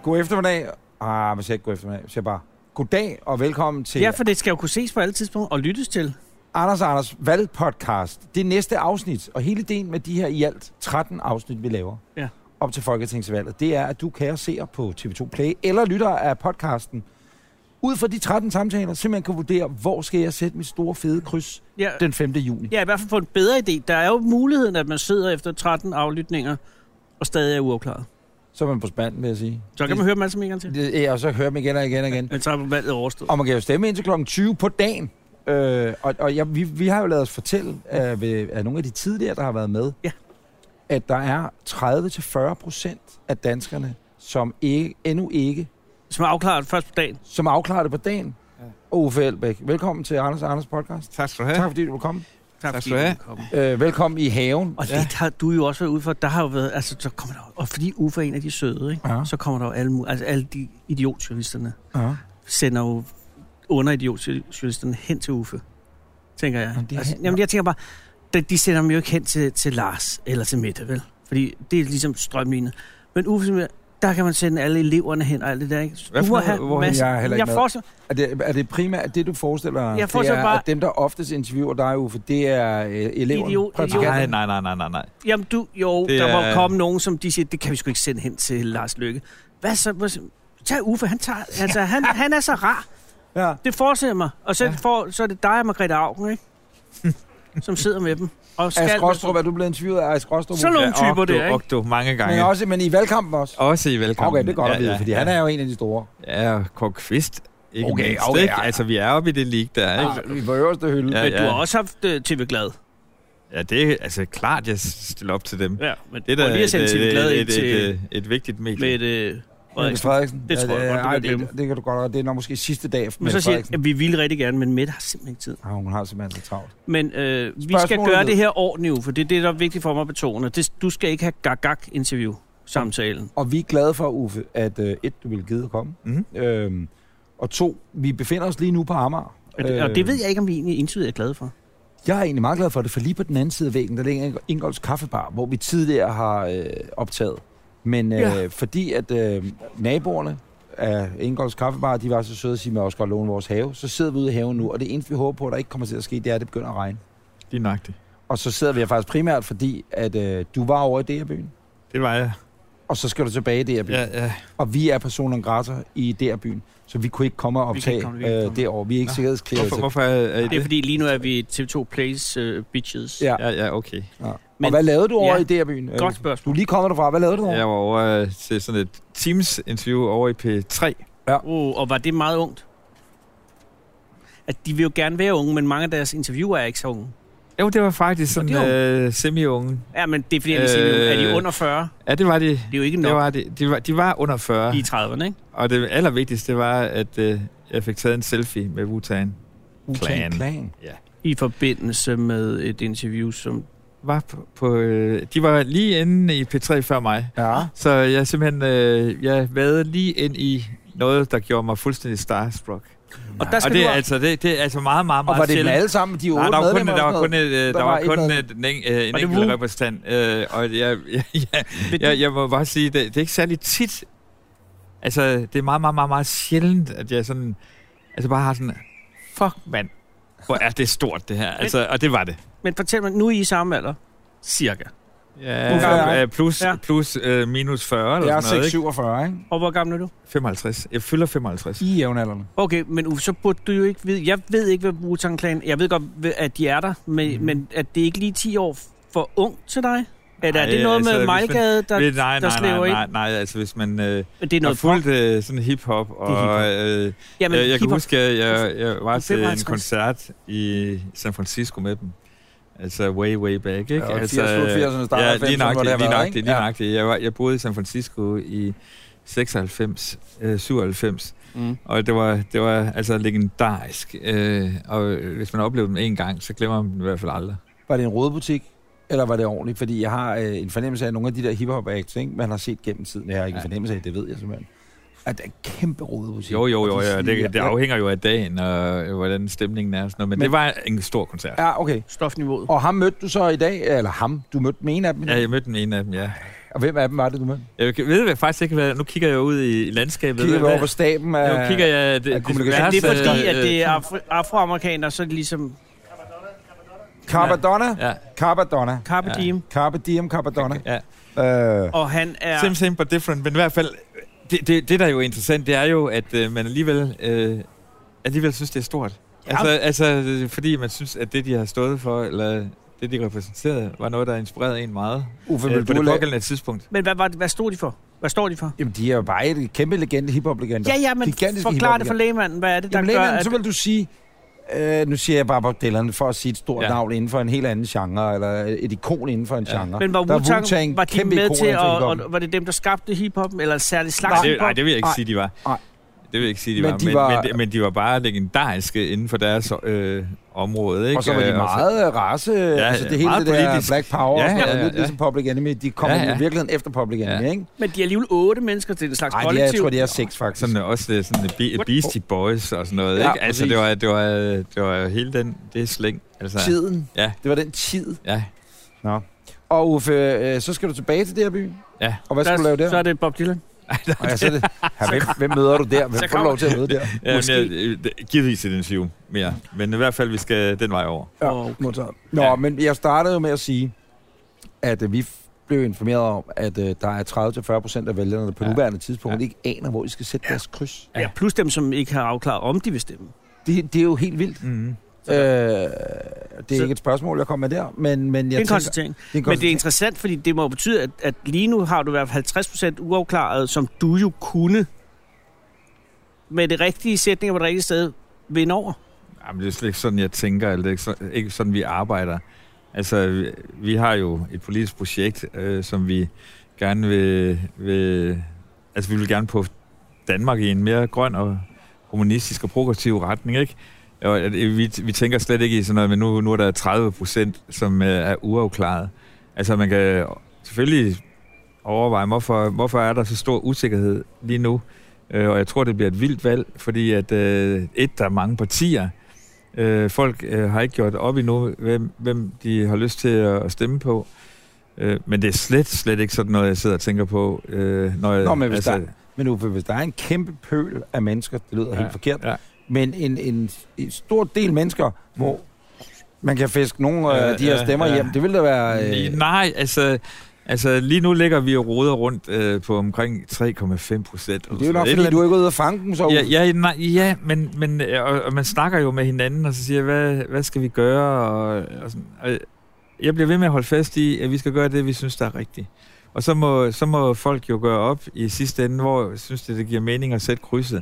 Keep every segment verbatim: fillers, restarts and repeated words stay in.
God eftermiddag. Ah, man siger ikke god eftermiddag. Jeg siger bare goddag og velkommen til... Ja, for det skal jo kunne ses på alle tidspunkter og lyttes til. Anders og Anders valgpodcast. Det næste afsnit, og hele ideen med de her i alt tretten afsnit, vi laver ja. op til Folketingsvalget, det er, at du kan se på T V to Play eller lytter af podcasten, ud fra de tretten samtaler, simpelthen kan vurdere, hvor skal jeg sætte mit store fede kryds ja. den femte juni. Ja, i hvert fald få en bedre idé. Der er jo muligheden, at man sidder efter tretten aflytninger og stadig er uafklaret. Så er man på spanden, vil jeg sige. Så kan det, man høre dem alle sammen en gang til. Det, ja, og så hører man igen og igen og igen. Men så er valget overstået. Og man kan jo stemme indtil klokken tyve på dagen. Øh, og og ja, vi, vi har jo lavet os fortælle af, ved, af nogle af de tidligere, der har været med, ja. at der er tredive til fyrre procent af danskerne, som ikke, endnu ikke... Som er afklaret først på dagen. Som er afklaret på dagen. Ja. Uffe Elbæk, velkommen til Anders og Anders podcast. Tak skal du have. Tak fordi du vil komme. Tak, tak skal du have. Øh, velkommen i haven. Og det ja. har du jo også været ude for. Der har jo været, altså, så kommer der, og fordi Uffe er en af de søde, ikke? Ja. Så kommer der jo alle, altså alle de idiotjournalisterne, ja. sender jo under idiotjournalisterne hen til Uffe, tænker jeg. Jamen, altså, jamen, jeg tænker bare, de, de sender dem jo ikke hen til, til Lars eller til Mette, vel? Fordi det er ligesom strømlignet. Men Uffe, der kan man sende alle eleverne hen og alt det der, ikke? Hvad for noget? Hvor jeg er heller ikke jeg forestiller... er, det, er det primært, det du forestiller dig, jeg det er, bare... at dem, der oftest interviewer dig, Uffe, det er øh, eleverne? Idiot, nej, nej, nej, nej, nej, nej. Jamen du, jo, det der er... må komme nogen, som de siger, det kan vi sgu ikke sende hen til Lars Løkke. Hvad så? Hvad så? Tag Uffe, han, tager, altså, han, han er så rar. Ja. Det forestiller mig. Og så, ja. for, så er det dig og Margrethe Augen, ikke? som sidder med dem. Ask Rostrup, er du blevet interviewet af Ask Rostrup? Sådan nogle typer, ja, det er, ikke? Og du, mange gange. Men, også, men i valgkampen også? Også i valgkampen. Okay, det er godt ja, at vide, ja, fordi ja. han er jo en af de store. Ja, og Kåre Kvist. Ikke okay, mindst, okay, ikke? Ja, ja. Altså, vi er oppe i det league der, ikke? Ja, vi var øverste hylde. Ja, ja. Men du har også haft uh, T V Glad. Ja, det er altså klart, jeg stiller op til dem. Ja, men det er lige at sende T V Glad et, ind til... Et, et, et vigtigt medie. Med et... Mette Frederiksen. Det tror jeg ja, godt, det, det, det kan du godt. Det er nok måske sidste dag for Mette Frederiksen. Men så siger vi vil rigtig gerne, men Mette har simpelthen ikke tid. Ja, hun har simpelthen så travlt. Men øh, vi skal gøre det her ordentligt, for det er det, der er vigtigt for mig at betone. Det, du skal ikke have gag-gag-interview samtalen. Og vi er glade for, Uffe, at uh, et, du vil gide at komme. Mm. Øhm, og to, vi befinder os lige nu på Amager. Og det, og det ved jeg ikke, om vi egentlig entydigt er glade for. Jeg er egentlig meget glad for det, for lige på den anden side af væggen, der ligger Ingolds Kaffebar, hvor vi tidligere har øh, optaget. Men ja. øh, fordi at øh, naboerne af Ingolds Kaffebar, de var så søde at sige, at vi også godt låne vores have, så sidder vi ude i haven nu, og det eneste vi håber på, at der ikke kommer til at ske, det er, at det begynder at regne. Det er nøjagtigt. Og så sidder vi her faktisk primært, fordi at øh, du var over i D R-byen. Det var jeg. Og så skal du tilbage i D R-byen. Ja, ja. Og vi er personer grater i D R-byen, så vi kunne ikke komme og optage komme, øh, derovre. Vi er ikke ja. sikkerhedsklæret. Hvorfor, hvorfor er, er det? Det er fordi lige nu er vi T V to Plays uh, bitches. Ja, ja, ja okay. Ja. Men, og hvad lavede du over ja, i D R-byen? Godt spørgsmål. Du er lige kommet derfra. Hvad lavede du over? Jeg var over til sådan et Teams-interview over i P tre. Ja. Oh, og var det meget ungt? At de vil jo gerne være unge, men mange af deres interviewer er ikke så unge. Jo, det var faktisk sådan øh, semi-unge. Ja, men det er fordi, de øh, er de under fyrre? Ja, det var de. Det er jo ikke nok. Det var de. De, var, de var under fyrre. I trediverne, ikke? Og det allervigtigste, det var, at øh, jeg fik taget en selfie med Wu-Tang Clan. Clan. Ja. I forbindelse med et interview, som... Var på, på, øh, de var lige inde i P tre før mig. Ja. Så jeg simpelthen... Øh, jeg vadede lige ind i noget, der gjorde mig fuldstændig starstruck. Og, der og det, er altså, det, det er altså meget, meget, meget Og var det med alle sammen, de otte medlemmer? Der var kun, et, der der var kun et, en, en enkelt repræsentant. Øh, og jeg, jeg, jeg, jeg, jeg må bare sige, det, det er ikke særlig tit. Altså, det er meget, meget, meget, meget sjældent, at jeg sådan... Altså bare har sådan... Fuck, mand. Hvor er det stort, det her. Altså, og det var det. Men fortæl mig, nu er I i samme alder? Cirka. Ja, plus, ja. plus uh, minus fyrre eller jeg sådan noget, ikke? syvogfyrre, ikke? Og hvor gammel er du? femoghalvtreds. Jeg fylder femoghalvtreds. I jævnaldrende. Okay, men Uffe, så burde du jo ikke vide... Jeg ved ikke, hvad Wu-Tang Clan... Jeg ved godt, at de er der, men, mm. men at det ikke lige ti år for ung til dig? Eller er det noget altså, med Mejlgade, der, man, nej, der slæver ind? Nej, nej, nej, altså hvis man øh, det er noget har fulgt øh, sådan hip-hop, og øh, Jamen, jeg, jeg kan huske, at jeg, jeg var til en koncert i San Francisco med dem. Altså way, way back, ikke? Ja, altså, firserne starter ja, lige nok det, lige nok det, lige ja. nok det. Jeg, var, jeg boede i San Francisco i seksoghalvfems, øh, syvoghalvfems, mm. og det var, det var altså legendarisk. Øh, og hvis man oplevede dem en gang, så glemmer man dem i hvert fald aldrig. Var det en rodebutik? Eller var det ordentligt? Fordi jeg har øh, en fornemmelse af nogle af de der hip-hop-acts, ikke? Man har set gennem tiden. Jeg har ikke ja. en fornemmelse af, det ved jeg simpelthen. At det er en kæmpe rodebutik. Jo, jo, jo. Ja. Det, det afhænger jo af dagen, og hvordan stemningen er. Sådan noget. Men, Men det var en stor koncert. Ja, okay. Stofniveauet. Og ham mødte du så i dag? Eller ham? Du mødte den ene af dem? Ja, jeg mødte den ene af dem, ja. Og hvem af dem var det, du med? Jeg ved faktisk ikke, hvad... Nu kigger jeg ud i landskabet. Kigger du over på staben af... Nu kigger jeg... Det, af kommunikation. Det er fordi, at det er afro- afroamerikanere, så er det ligesom... Carbadonna? Ja. Carbadonna. Carpe diem. Carpe diem, Carbadonna. Ja. Øh. Og han er... Same, same, but different. Men i hvert fald... Det, det, det der er jo interessant, det er jo, at øh, man alligevel, øh, alligevel synes, det er stort. Ja. Altså, altså, fordi man synes, at det, de har stået for, eller det, de repræsenterede, var noget, der inspirerede en meget Uffe, øh, på det pågældende tidspunkt. Men hvad, hvad, hvad stod de for? Hvad står de for? Jamen, de er jo bare et kæmpe legende, hiphop-legender. Ja, ja, men forklar det for lægemanden. Hvad er det, der Jamen, gør, lægemanden, at... så vil du sige... Øh, nu siger jeg bare bordellerne for at sige et stort ja. navn inden for en helt anden genre, eller et ikon inden for en ja. genre. Men var Wu-Tang, var de med til, og, og var det dem, der skabte hiphoppen, eller særlig slags nej, hiphop? Nej, det vil jeg ikke Ej. sige, de var. Nej. Det vil jeg ikke sige, de men var. De men, var... Men, men de var bare legendariske inden for deres øh, område. Ikke? Og så var de meget race, ja, altså det hele det der politisk. Black Power, ja, ja, ja, ja. lidt ligesom Public Enemy, de kom ja, ja. i virkeligheden efter Public Enemy, ja. ikke? Men de er alligevel otte mennesker til en slags Ej, kollektiv. Nej, jeg tror, de er seks faktisk. Sådan også sådan Be- Beastie Boys og sådan noget, ja, ikke? Altså det var, det var, det var hele den, det slæng. Altså, tiden. Ja. Det var den tid. Ja. Nå. Og Uffe, øh, så skal du tilbage til det her by. Ja. Og hvad skal du lave der? Så er det Bob Dylan. Ej, ja, så det. Ja, hvem, hvem møder du der? Hvem får du lov til at møde der? Ja, givetvis et interview mere. Men i hvert fald, vi skal den vej over. Ja, okay. Nå, ja. Men jeg startede jo med at sige, at uh, vi blev informeret om, at uh, der er tredive til fyrre procent af vælgerne, der på ja. nuværende tidspunkt ja. ikke aner, hvor de skal sætte ja. deres kryds. Ja, plus dem, som ikke har afklaret, om de vil stemme. Det, det er jo helt vildt. Mm-hmm. Øh, det er så. ikke et spørgsmål, jeg kommer med der, men, men jeg det er en konstatering. Men det er interessant, fordi det må betyde, at, at lige nu har du i hvert fald halvtreds procent uafklaret, som du jo kunne med det rigtige sætninger på det rigtige sted vinde over. Jamen, det er slet ikke sådan, jeg tænker, eller det er ikke sådan, vi arbejder. Altså, vi, vi har jo et politisk projekt, øh, som vi gerne vil, vil... Altså, vi vil gerne på Danmark i en mere grøn og humanistisk og progressiv retning, ikke? Og vi, vi tænker slet ikke i sådan noget, men nu, nu er der tredive procent, som er uafklaret. Altså man kan selvfølgelig overveje, hvorfor, hvorfor er der så stor usikkerhed lige nu. Øh, og jeg tror, det bliver et vildt valg, fordi at øh, et, der er mange partier. Øh, folk øh, har ikke gjort op endnu, hvem, hvem de har lyst til at stemme på. Øh, men det er slet, slet ikke sådan noget, jeg sidder og tænker på. Øh, når jeg, Nå, men hvis, altså, der, men Uffe, hvis der er en kæmpe pøl af mennesker, det lyder ja, helt forkert, ja. Men en, en, en stor del mennesker, hvor man kan fiske nogle af de her stemmer ja, hjem, det vil da være... Øh... Nej, altså, altså lige nu ligger vi og roder rundt øh, på omkring tre komma fem procent. Det er jo nok, fordi du er ikke ude af fange dem så. Ja, ja, nej, ja men, men og, og man snakker jo med hinanden, og så siger, hvad, hvad skal vi gøre? Og, og sådan, og jeg bliver ved med at holde fast i, at vi skal gøre det, vi synes, der er rigtigt. Og så må, så må folk jo gøre op i sidste ende, hvor jeg synes, det, det giver mening at sætte krydset.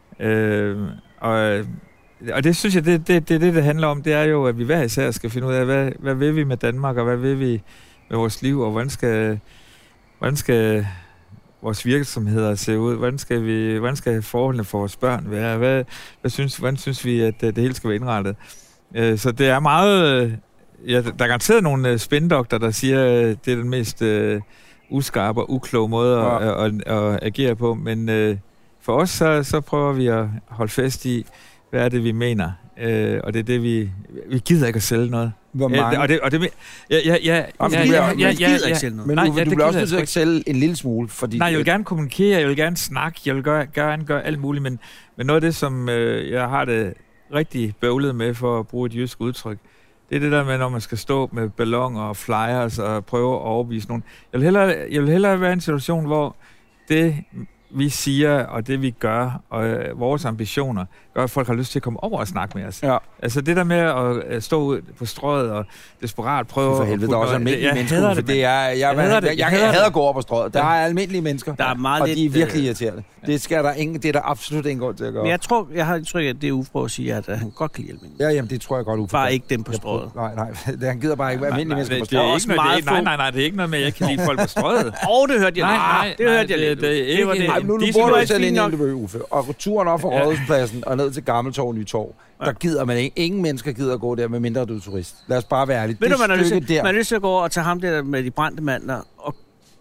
Øh, og, og det synes jeg, det, det, det, det, det handler om, det er jo, at vi hver især skal finde ud af, hvad, hvad vil vi med Danmark, og hvad vil vi med vores liv, og hvordan skal, hvordan skal vores virksomheder se ud, hvordan skal, vi, hvordan skal forholdene for vores børn være, hvad, hvad synes, hvordan synes vi, at det hele skal være indrettet. Øh, så det er meget, ja, der er garanteret nogle spændokter, der siger, at det er den mest uh, uskarpe og ukloge måde at, ja. at, at, at agere på, men uh, for os, så, så prøver vi at holde fast i, hvad er det, vi mener. Øh, og det er det, vi... Vi gider ikke at sælge noget. Hvor mange? Øh, og det... Og det ja, ja, ja, Jamen, ja, du, ja, ja, ja, ja, ja, ikke sælge noget. Men nej, Uffe, ja, du bliver også nødt til at sælge en lille smule, fordi... Nej, jeg vil gerne kommunikere, jeg vil gerne snakke, jeg vil gøre, gerne gøre alt muligt, men, men noget af det, som øh, jeg har det rigtig bøvlet med, for at bruge et jysk udtryk, det er det der med, når man skal stå med balloner og flyers og prøve at overbevise nogen. Jeg vil hellere, jeg vil hellere være i en situation, hvor det... vi siger, og det vi gør, og øh, vores ambitioner, gør, at folk har lyst til at komme over og snakke med os. Ja. Altså det der med at øh, stå ud på strøget og desperat prøve... For helvede, der er også almindelige mennesker, for det er... Jeg, jeg, jeg, jeg, jeg, jeg hader at gå over på strøget. Der er almindelige mennesker, der er meget og lidt, de er virkelig irriterende. Ja. Det, skal der ingen, det er der absolut ingen grund til at gøre. Men jeg tror, jeg har tryk, at det er Uffe at sige, at han godt kan lide almindelige. Ja, jamen det tror jeg godt, Uffe. Bare ikke dem på strøget. Nej, nej, han gider bare ikke være almindelige mennesker på strøget. Nej, nej, nej, det er ikke noget med, at jeg kan lide folk på strøget. Åh, det hørte jeg. Nej, det hørte jeg lidt. Det var det. Nu bor du selv ind i Indeby, Uffe, og turen op fra Rådhuspladsen og ned til Gammeltorv Nytorv, der gider man ikke. Ingen mennesker gider at gå der, med mindre du er turist. Lad os bare være ærlige. Ved du, man har lyst til, man lyst til at gå over og tage ham der med de brændte mandler og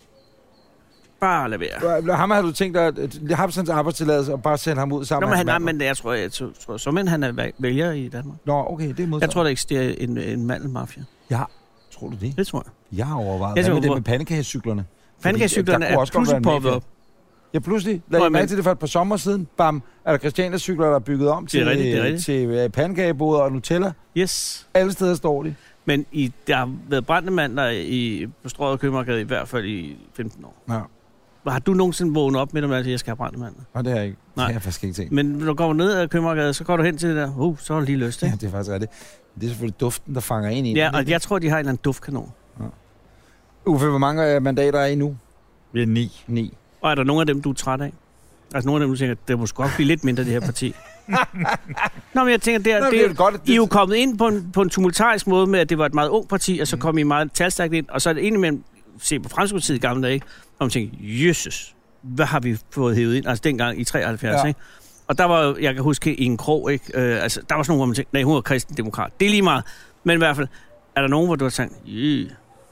bare lade være. Ham har du tænkt dig, at have sådan en arbejdstilladelse og bare sende ham ud sammen Nå, med han, nej, men jeg tror, jeg tror, tror så men han er vælger i Danmark. Nå, okay, det er modsat. Jeg tror, der eksisterer en, en mandelmafia. Ja, tror du det? Det tror jeg. Jeg har overvejet. Hvad med det med pandekagecyklerne? Pandekagecyklerne er pludselig poppet op. Ja, pludselig. Lad I mærke til det for et par sommer siden. Bam, er der Christiania-cykler, der er bygget om til, rigtigt, til pandekageboder og Nutella. Yes. Alle steder står de. Men i, der har været brandemandler i på Strøget Købmarked i hvert fald i femten år. Ja. Har du nogensinde vågnet op med dem, at jeg skal have brandemandler? Nej, det har jeg ikke. Nej. Det har jeg faktisk ikke tænkt. Men når du kommer ned ad Købmarked, så går du hen til det der. Uh, så er det lige lyst, ikke? Ja, det er faktisk rigtigt. Det er selvfølgelig duften, der fanger ind i. Ja, og jeg tror, de har en eller anden duftkanon. Ja. Uffe, hvor mange mandater er I nu? Vi er ni. Ni. Og er der nogle af dem, du er træt af? Altså nogle af dem, du tænker, det må sgu godt blive lidt mindre, det her parti. Nå, men jeg tænker, det er, Nå, det er, det godt, det... I er jo kommet ind på en, på en tumultarisk måde med, at det var et meget ung parti, og så kom I meget talstærkt ind, og så er det indimellem, se på Fremskridtspartiet i gamle dage, ikke? Og man tænker, jøsses, hvad har vi fået hævet ind? Altså dengang i treoghalvfjerds, ja. Ikke? Og der var jo, jeg kan huske, i en krog, ikke? Øh, altså, der var sådan nogle, hvor man tænkte, nej, hun er kristendemokrat. Det er lige meget. Men i hvert fald, er der nogen, hvor du har tænkt, yeah.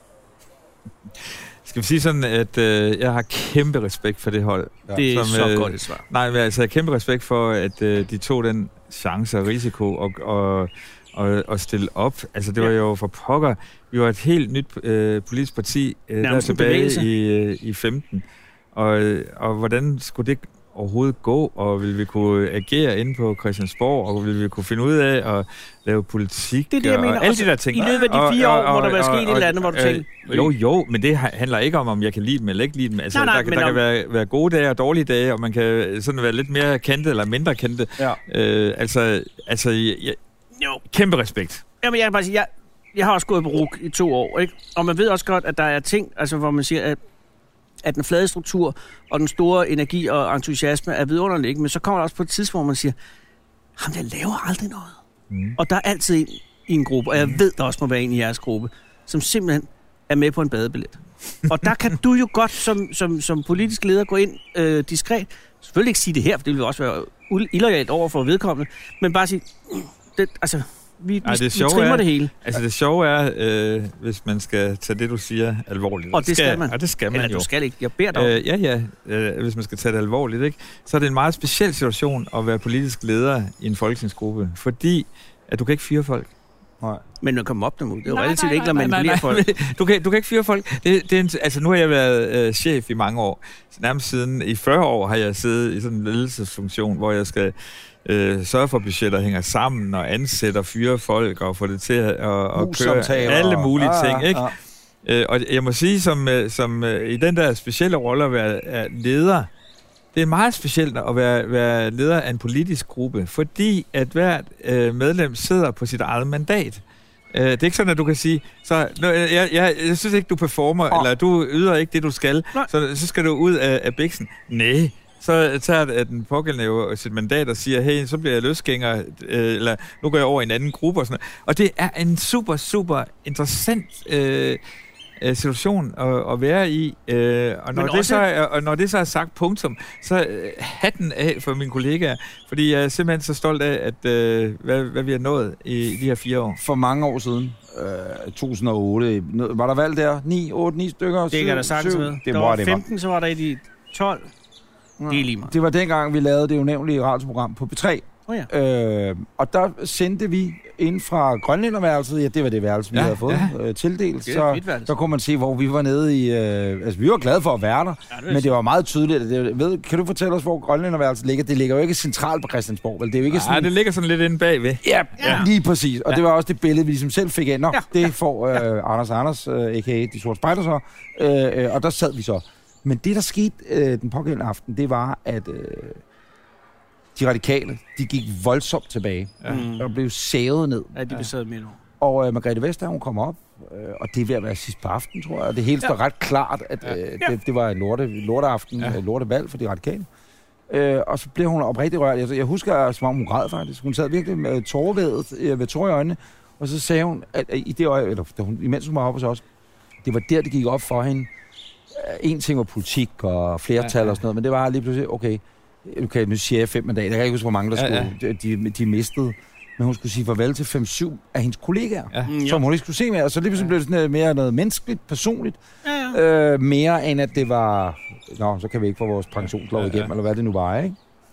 Skal vi sige sådan, at øh, jeg har kæmpe respekt for det hold. Ja. Det er som, så øh, godt et svar. Nej, men altså, jeg har kæmpe respekt for, at øh, de tog den chance og risiko og, og, og, og stille op. Altså, det var ja. jo for pokker. Vi var et helt nyt øh, politisk parti øh, der tilbage i, øh, i femten. Og, og hvordan skulle det overhovedet gå, og ville vi kunne agere inde på Christiansborg, og ville vi kunne finde ud af at lave politik, det er det, jeg og mener. alle de der ting. I løbet af de fire år, hvor der var sket et eller andet, hvor du tænkte... Jo, jo, men det handler ikke om, om jeg kan lide dem eller ikke lide dem. Altså, nej, nej, der, der om... kan være, være gode dage og dårlige dage, og man kan sådan være lidt mere kendt eller mindre kendte. Ja. Øh, altså, altså jeg, jo. Kæmpe respekt. Jamen, jeg kan bare sige, jeg, jeg har også gået på R U C i to år, ikke? Og man ved også godt, at der er ting, altså, hvor man siger, at at den flade struktur og den store energi og entusiasme er vidunderlig, ikke? Men så kommer der også på et tidspunkt, hvor man siger, ham der laver aldrig noget. Mm. Og der er altid en i en gruppe, og jeg ved, der også må være en i jeres gruppe, som simpelthen er med på en badebillet. Og der kan du jo godt som, som, som politisk leder gå ind øh, diskret. Selvfølgelig ikke sige det her, for det vil også være illoyalt over for vedkommende, men bare sige, det, altså... Vi, Ej, det vi trimmer er, det hele. Altså det sjove er, øh, hvis man skal tage det, du siger, alvorligt. Og det skal, skal man. Og det skal man Eller jo. du skal ikke. Jeg beder dig. Øh, ja, ja. Øh, hvis man skal tage det alvorligt, ikke? Så er det en meget speciel situation at være politisk leder i en folketingsgruppe. Fordi, at du kan ikke fyre folk. Nej. Men du kan mobbe dem ud. Det er jo relativt ikke at manipulere folk. Du kan, du kan ikke fyre folk. Det, det er en, altså nu har jeg været øh, chef i mange år. Så nærmest siden i fyrre år har jeg siddet i sådan en ledelsesfunktion, hvor jeg skal... Øh, sørge for, at budgetter hænger sammen, og ansætter fyre folk, og få det til at og køre alle mulige ah, ting, ikke? Ah. Øh, og jeg må sige, som, som uh, i den der specielle rolle at være leder, det er meget specielt at være, være leder af en politisk gruppe, fordi at hvert uh, medlem sidder på sit eget mandat. Uh, det er ikke sådan, at du kan sige, så nu, jeg, jeg, jeg synes ikke, du performer, ah. eller du yder ikke det, du skal, så, så skal du ud af, af biksen. Nej. Så tager den pågældende jo sit mandat og siger, hey, så bliver jeg løsgænger, eller nu går jeg over i en anden gruppe og sådan noget. Og det er en super, super interessant øh, situation at, at være i. Øh, og, når det også... så er, og når det så er sagt punktum, så øh, hatten af for mine kollegaer, fordi jeg er simpelthen så stolt af, at, øh, hvad, hvad vi har nået i, i de her fire år. For mange år siden, øh, to tusind og otte, var der valg der? ni, otte, ni stykker? Det kan der sagtens med. Der var femten, så var der i de tolv. Ja. Det er lige meget. Det var dengang, vi lavede det unævnlige radioprogram på P tre. Oh ja. øh, og der sendte vi ind fra Grønlænderværelset, ja, det var det værelse, vi ja, havde fået ja. øh, tildelt, så der kunne man se, hvor vi var nede i... Øh, altså, vi var glade for at være der, ja, det men det var meget tydeligt. At det, ved, kan du fortælle os, hvor Grønlænderværelset ligger? Det ligger jo ikke centralt på Christiansborg, vel? Det er jo ikke sådan... Ja, det ligger sådan lidt inde bagved. Ja, ja. Lige præcis. Og ja. det var også det billede, vi ligesom selv fik ind. Nå, ja. det får øh, ja. Anders Anders, øh, a k a. De Sorte Spejder så. Øh, øh, og der sad vi så. Men det, der skete øh, den pågældende aften, det var, at øh, de radikale, de gik voldsomt tilbage. Ja. Mm. Og blev savet ned. Ja, de blev savet med nu. Og øh, Margrethe Vestager, hun kom op, øh, og det er ved at være sidst på aften, tror jeg. Og det hele står ja. ret klart, at øh, ja. det, det var en lorte, lorteaften, ja. lortevalg for de radikale. Øh, og så blev hun oprigtigt rørt. Jeg, jeg husker, som om hun græd faktisk. Hun sad virkelig med tårevædet øh, ved tårer i øjnene. Og så sagde hun, at øh, i det øje, eller da hun, imens hun var oppe hos os, det var der, det gik op for hende. En ting var politik og flertal ja, ja. og sådan noget, men det var lige pludselig, okay, okay nu siger jeg fem mandater, jeg kan ikke huske, hvor mange der ja, skulle, ja. De, de mistede, men hun skulle sige farvel til fem syv af hendes kollegaer, ja. mm, som hun ikke skulle se mere, og så lige pludselig ja. blev det sådan mere noget menneskeligt, personligt, ja, ja. Øh, mere end at det var, nå, så kan vi ikke få vores pensionslov ja, ja. igennem, eller hvad det nu var, ikke?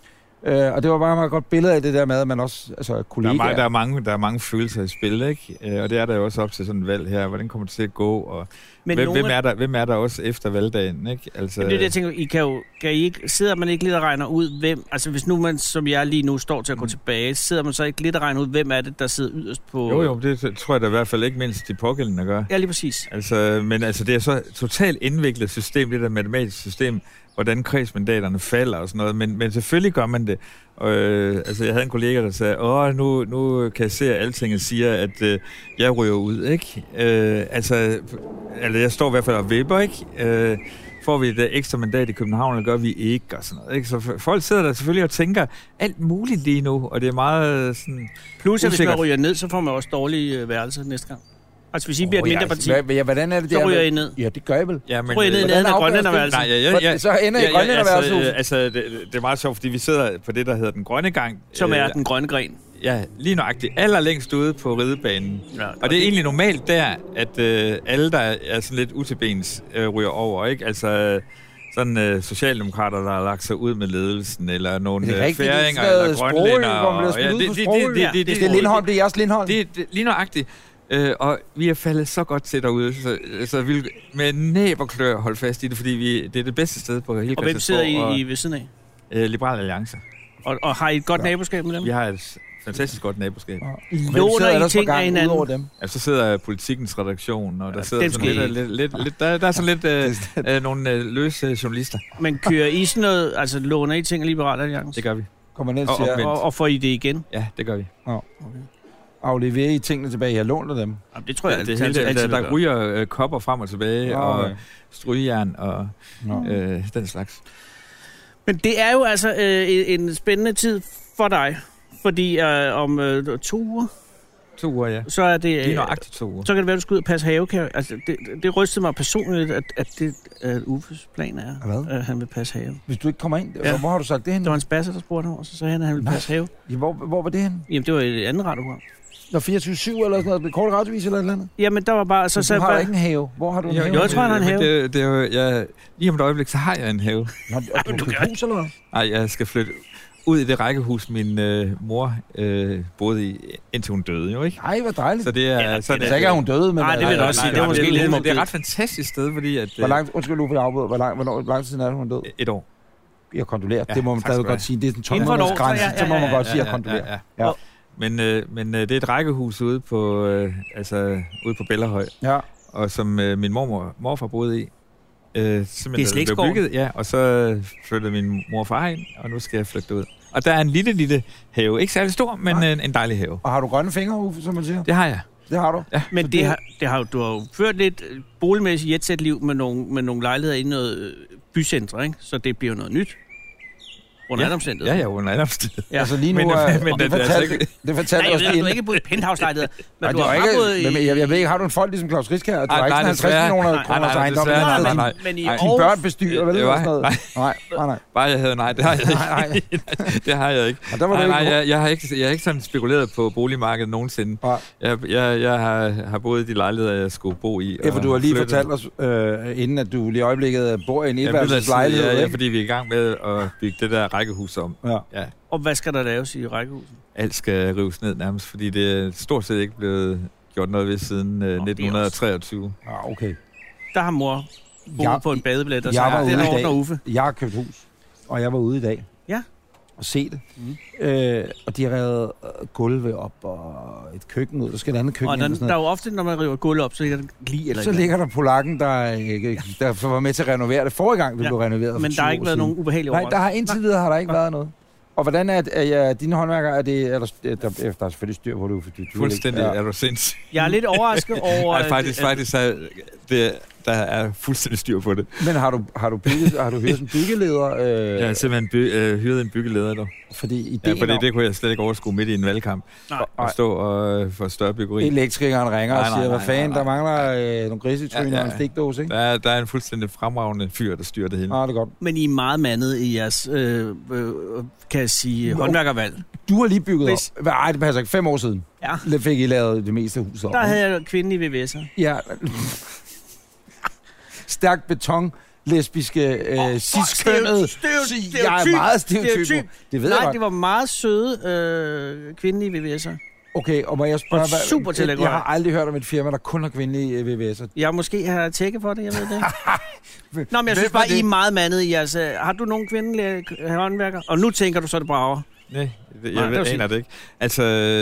Øh, og det var bare et meget godt billede af det der med, at man også, altså kollegaer... Der er, meget, der, er mange, der er mange følelser i spil, ikke? Øh, og det er der jo også op til sådan et valg her. Hvordan kommer det til at gå? Og hvem, nogle... hvem, er der, hvem er der også efter valgdagen, ikke? Altså... Jamen, det er det, jeg tænker, I kan jo, kan I ikke, sidder man ikke lidt og regner ud, hvem... Altså, hvis nu man, som jeg lige nu, står til at gå mm. tilbage, sidder man så ikke lidt og regner ud, hvem er det, der sidder yderst på... Jo, jo, det tror jeg da i hvert fald ikke mindst de pågældende gør. Ja, lige præcis. Altså, men altså, det er så totalt indviklet system, det der matematiske system, hvordan kredsmandaterne falder og sådan noget, men, men selvfølgelig gør man det. Og, øh, altså, jeg havde en kollega, der sagde, åh, nu, nu kan jeg se, at Altinget siger, at øh, jeg ryger ud, ikke? Øh, altså, altså, jeg står i hvert fald og vipper, ikke? Øh, får vi et ekstra mandat i København, eller gør vi ikke, og sådan noget, ikke? Så folk sidder der selvfølgelig og tænker alt muligt lige nu, og det er meget sådan... Plus, at hvis man ryger ned, så får man også dårlige øh, værelser næste gang. Altså, hvis I bliver oh, et mindre parti, ja, hvordan er det så ryger I ned. Ja, det gør jeg vel. Ja, men, så ryger I ned ned i Grønlænderværelset. Nej, ja, ja, ja, så ender I ja, Grønlænderværelset. Ja, altså, altså det, det er meget sjovt, fordi vi sidder på det, der hedder den grønne gang. Som er øh, den grønne gren. Ja, lige nøjagtigt. Allerlængst ude på ridebanen. Ja, og, og det er det... egentlig normalt der, at øh, alle, der er sådan lidt utilbens, øh, ryger over, ikke? Altså... sådan øh, socialdemokrater, der har lagt sig ud med ledelsen, eller nogle øh, færinger, eller grønlændere. Det er Lindholm, det er jeres Lindholm. Det er lige nøjagtigt. Øh, og vi er faldet så godt til derude, så, så vi vil med næb og klør holde fast i det, fordi vi, det er det bedste sted på hele Christiansborg. Og hvem sidder I, I ved siden af? Øh, Liberal Alliance. Og, og har I et godt ja. naboskab med dem? Vi har et fantastisk godt naboskab. Ja. Låner I ting af hinanden? Dem? Ja, så sidder Politikens redaktion, og der ja, sidder sådan lidt, lidt, lidt, lidt, der, der er sådan lidt øh, øh, nogle øh, løse journalister. Men kører I sådan noget, altså låner I ting af Liberal Alliance? Det gør vi. Kommer ned og, til og, og får I det igen? Ja, det gør vi. Ja. Okay. Afleverer I tingene tilbage? Jeg låner dem. Jamen, det tror jeg, ja, det, det, det altid, der, der ryger øh, kopper frem og tilbage, oh, okay. og strygejern og no. øh, den slags. Men det er jo altså øh, en spændende tid for dig, fordi øh, om øh, to uger... To uger, ja. Så er det... Lige nøjagtigt to uger. Så kan det være, at du skal ud og passe have. Kan, altså, det, det rystede mig personligt, at, at det at Uffes plan er, at han vil passe have. Hvis du ikke kommer ind, ja. hvor har du sagt det hen? Der var en spasser, der spurgte ham, og så sagde han, at han ville passe have. Ja, hvor, hvor var det hen? Jamen, det var et andet radioprogram. Når fireogtyve syv eller sådan noget, kort radiovis eller et eller andet? Jamen, der var bare... Så du har bare... ikke en have. Hvor har du en jo, have? Jo, jeg tror, han har en have. Det, det er jo, jeg, lige om et øjeblik, så har jeg en have. Nå, er du et hus eller hvad? Nej, jeg skal flytte ud i det rækkehus, min øh, mor øh, boede i, indtil hun døde, jo ikke? Nej, hvor dejligt. Så det er... Ja, så det er ikke, at hun døde, men... Nej, det vil jeg også sige. Det var måske lidt... Det er et ret fantastisk sted, fordi at... Hvor langt... Undskyld, Uffe, jeg afbryder. Hvor lang, hvornår, hvor lang tid siden er det, hun død? Et år. Jeg kondolerer. Ja, det må man stadig godt sige. Det er den tolv-måneders grænse. Så må man godt sige, at kondolerer. Ja. Men, øh, men øh, det er et rækkehus ude på, øh, altså, ude på Bellerhøj. Ja. Og som øh, min mormor morfar boede i. Øh, det er slægtsgården? Ja, og så flyttede min mor og far ind, og nu skal jeg flytte ud. Og der er en lille, lille have. Ikke særlig stor, men en, en dejlig have. Og har du grønne fingre, Uffe, som man siger? Det har jeg. Det har du? Ja. Men det, det har, det har, du har jo ført lidt boligmæssigt jetset-liv med nogle, med nogle lejligheder i noget bycentre, ikke? Så det bliver noget nyt. Under ja. omstændigheder. Ja, ja, under omstændigheder. Ja, altså lige nu men, er... Men, det, det fortalte, det, det fortalte nej, os... Nej, jeg ved, du ikke boet i penthouse-lejligheder, men nej, du har ikke, boet i... Men, jeg, jeg ved ikke, har du en folk ligesom Claus Risk her? Du har ikke sådan halvtreds millioner kroners ejendom. Nej, nej, nej. Men i Aarhus... børn bestyrer, vel? Nej, nej, nej, nej. Bare jeg havde nej, det har jeg ikke. Nej, nej. Det har jeg ikke. Nej, nej, jeg, jeg har ikke, jeg har ikke sådan spekuleret på boligmarkedet nogensinde. Jeg, jeg, jeg har, har boet i de lejligheder, jeg skulle bo i. Ja, for du har lige fortalt os, øh, inden at du lige i øjeblikket bor i en etværelses lejlighed. Ja, fordi vi er i gang med at bygge det der rækkehus om. Ja. Og hvad skal der laves i rækkehuset? Alt skal rives ned nærmest, fordi det er stort set ikke blevet gjort noget ved siden uh, nitten treogtyve. Ah, okay. Der har mor boet ja, på en badebillet, og så er det ordner Uffe. Jeg har købt hus, og jeg var ude i dag. Ja. Og se det. Mm. Øh, og de har revet gulve op og et køkken ud. Der skal et andet køkken. Og der, der er jo ofte, når man river gulve op, så ligger der lige eller så ikke. ligger der polakken, der, der var med til at renovere det. Forrige gang, det ja. blev renoveret. Men der har ikke været nogen ubehagelige overraskelser. Nej, der har indtil videre har der ikke været noget. Og hvordan er, er ja, dine håndværkere? Er det, er der, der, der, der er selvfølgelig styr på det, fordi du fuldstændig er du sindssyg. Jeg er lidt overrasket over... Nej, faktisk, at, faktisk er det, der er fuldstændig styr på det. Men har du, har du, bygget, har du hyret en byggeleder? Øh... Jeg har simpelthen by, øh, hyret en byggeleder, dog. Fordi, ja, fordi det kunne jeg slet ikke overskue midt i en valgkamp. Nej. Og stå og øh, få større byggeri. Elektrikeren ringer nej, og siger, nej, nej, hvad fanden, nej, nej, nej. der mangler øh, nogle grisetryner ja, ja. og en stikdåse, ikke? Der er, der er en fuldstændig fremragende fyr, der styrer det hele. Ah, det er godt. Men I er meget mandet i jeres, øh, øh, kan jeg sige, no. håndværkervalg. Du har lige bygget Hvis... op. Ej, det passer ikke. Fem år siden. Ja. Fik I lavet det meste af huset op. Der havde jeg kvinden i V V S'er. Ja. Stærkt beton, lesbiske, øh, oh, cis-kønnede. Jeg er meget stereotyp. Det ved Nej, jeg det var meget søde øh, kvindelige V V S'er. Okay, og må jeg spørge, og super hvad, jeg, jeg har aldrig hørt om et firma, der kun har kvindelige V V S'er. Jeg måske har tjekket for det, jeg ved det ikke. Nå, men jeg synes bare, I er meget mandet i jeres... Har du nogen kvindelige håndværker? Og nu tænker du så, det brager. Nej, jeg Nej, ved, aner det ikke. Altså,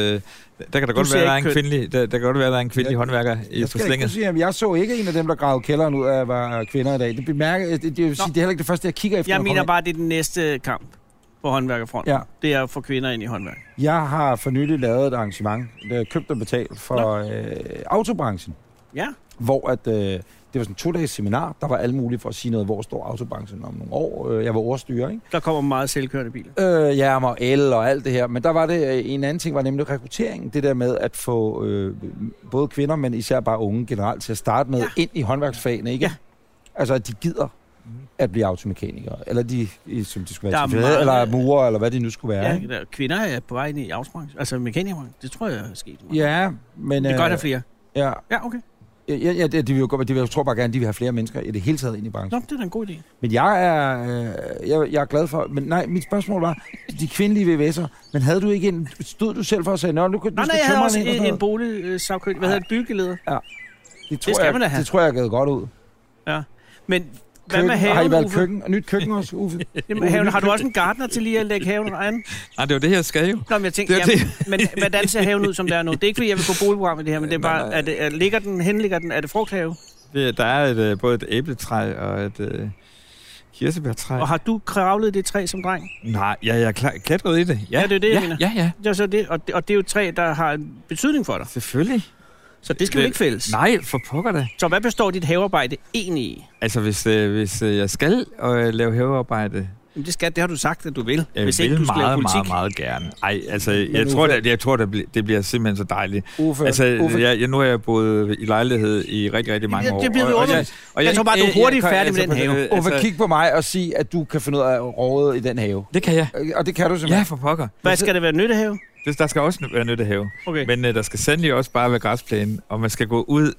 der kan der godt være, der er en kvindelig, der, der kan godt være, der er en kvindelig jeg, håndværker i forslænget. Jeg, jeg så ikke en af dem, der gravede kælderen ud af, var kvinder i dag. Det, bemærker, det, det, det, det er heller ikke det første, jeg kigger efter. Jeg mener bare, det er den næste kamp på håndværkerfronten. Ja. Det er at få kvinder ind i håndværk. Jeg har for nylig lavet et arrangement, der er købt og betalt for øh, autobranchen. Ja. Hvor at, øh, det var sådan en to-dages seminar, der var alle mulige for at sige noget, hvor står autobranchen om nogle år. Jeg var ordstyrer, ikke? Der kommer meget selvkørende biler. Øh, ja, og el og alt det her. Men der var det, en anden ting var nemlig rekrutteringen. Det der med at få øh, både kvinder, men især bare unge generelt til at starte med ja. ind i håndværksfagene, ikke? Ja. Altså, at de gider at blive automekanikere, eller de, som de skulle være til meget, eller murer, eller hvad de nu skulle være. Ja, der, kvinder er på vej ind i autobranchen, altså mekanikerbranchen. Det tror jeg er sket. Ja, men... Det er godt at flere. Ja. Ja, okay. Ja, ja, det, de vil jo godt, de vil, jeg tror bare gerne, de vil have flere mennesker i det hele taget ind i branchen. Nå, det er da en god idé. Men jeg er, øh, jeg, jeg er glad for... Men nej, mit spørgsmål var, de kvindelige V V S'er, men havde du ikke en... Stod du selv for at sige, nå, nu kan du nej, nej, jeg havde også en, en boligsagkyndig, hvad hedder det, byggeleder. Ja, det tror, det skal jeg, man da have. Det tror jeg, jeg gav godt ud. Ja, men... Køkken. Hvad med haven, har I valgt Uffe? køkken? Nyt køkken også, Uffe? Jamen, haven, har du også en gartner til lige at lægge haven an? Nej, det var det her skal jo. Nå, men jeg tænkte, jamen, men hvordan ser haven ud, som det er nu? Det er ikke, fordi jeg vil gå boligprogram med det her, men det er bare, er det, er, ligger den, hen ligger den, er det frugthave? Det, der er et, både et æbletræ og et uh, kirsebærtræ. Og har du kravlet det træ som dreng? Nej, ja, jeg er klatret i det. Ja, ja det er det, jeg ja, mener. Ja, ja. Det er så det, og, det, og det er jo et træ, der har en betydning for dig. Selvfølgelig. Så det skal det, jo ikke fælles. Nej, for pokker det. Så hvad består dit havearbejde egentlig i? Altså, hvis, øh, hvis øh, jeg skal øh, lave havearbejde... Jamen, det, skal, det har du sagt, at du vil. Jeg hvis vil ikke du skal meget, lave politik. meget, meget gerne. Ej, altså, jeg, jeg tror, det, jeg tror det, bliver, det bliver simpelthen så dejligt. Uffe, altså, Uffe. Jeg, jeg, nu har jeg boet i lejlighed i rigtig, rigtig mange det, år. Det bliver vi og, og jeg, og jeg, jeg tror bare, du er hurtigt færdig med den have. Altså, Uffe, kig på mig og sig, at du kan finde ud af at råde i den have. Det kan jeg. Og det kan du simpelthen. Ja, for pokker. Hvad skal det være, nyttehave? Det, der skal også være nyttehave. Okay. Men uh, der skal sandelig også bare være græsplæne, og man skal gå ud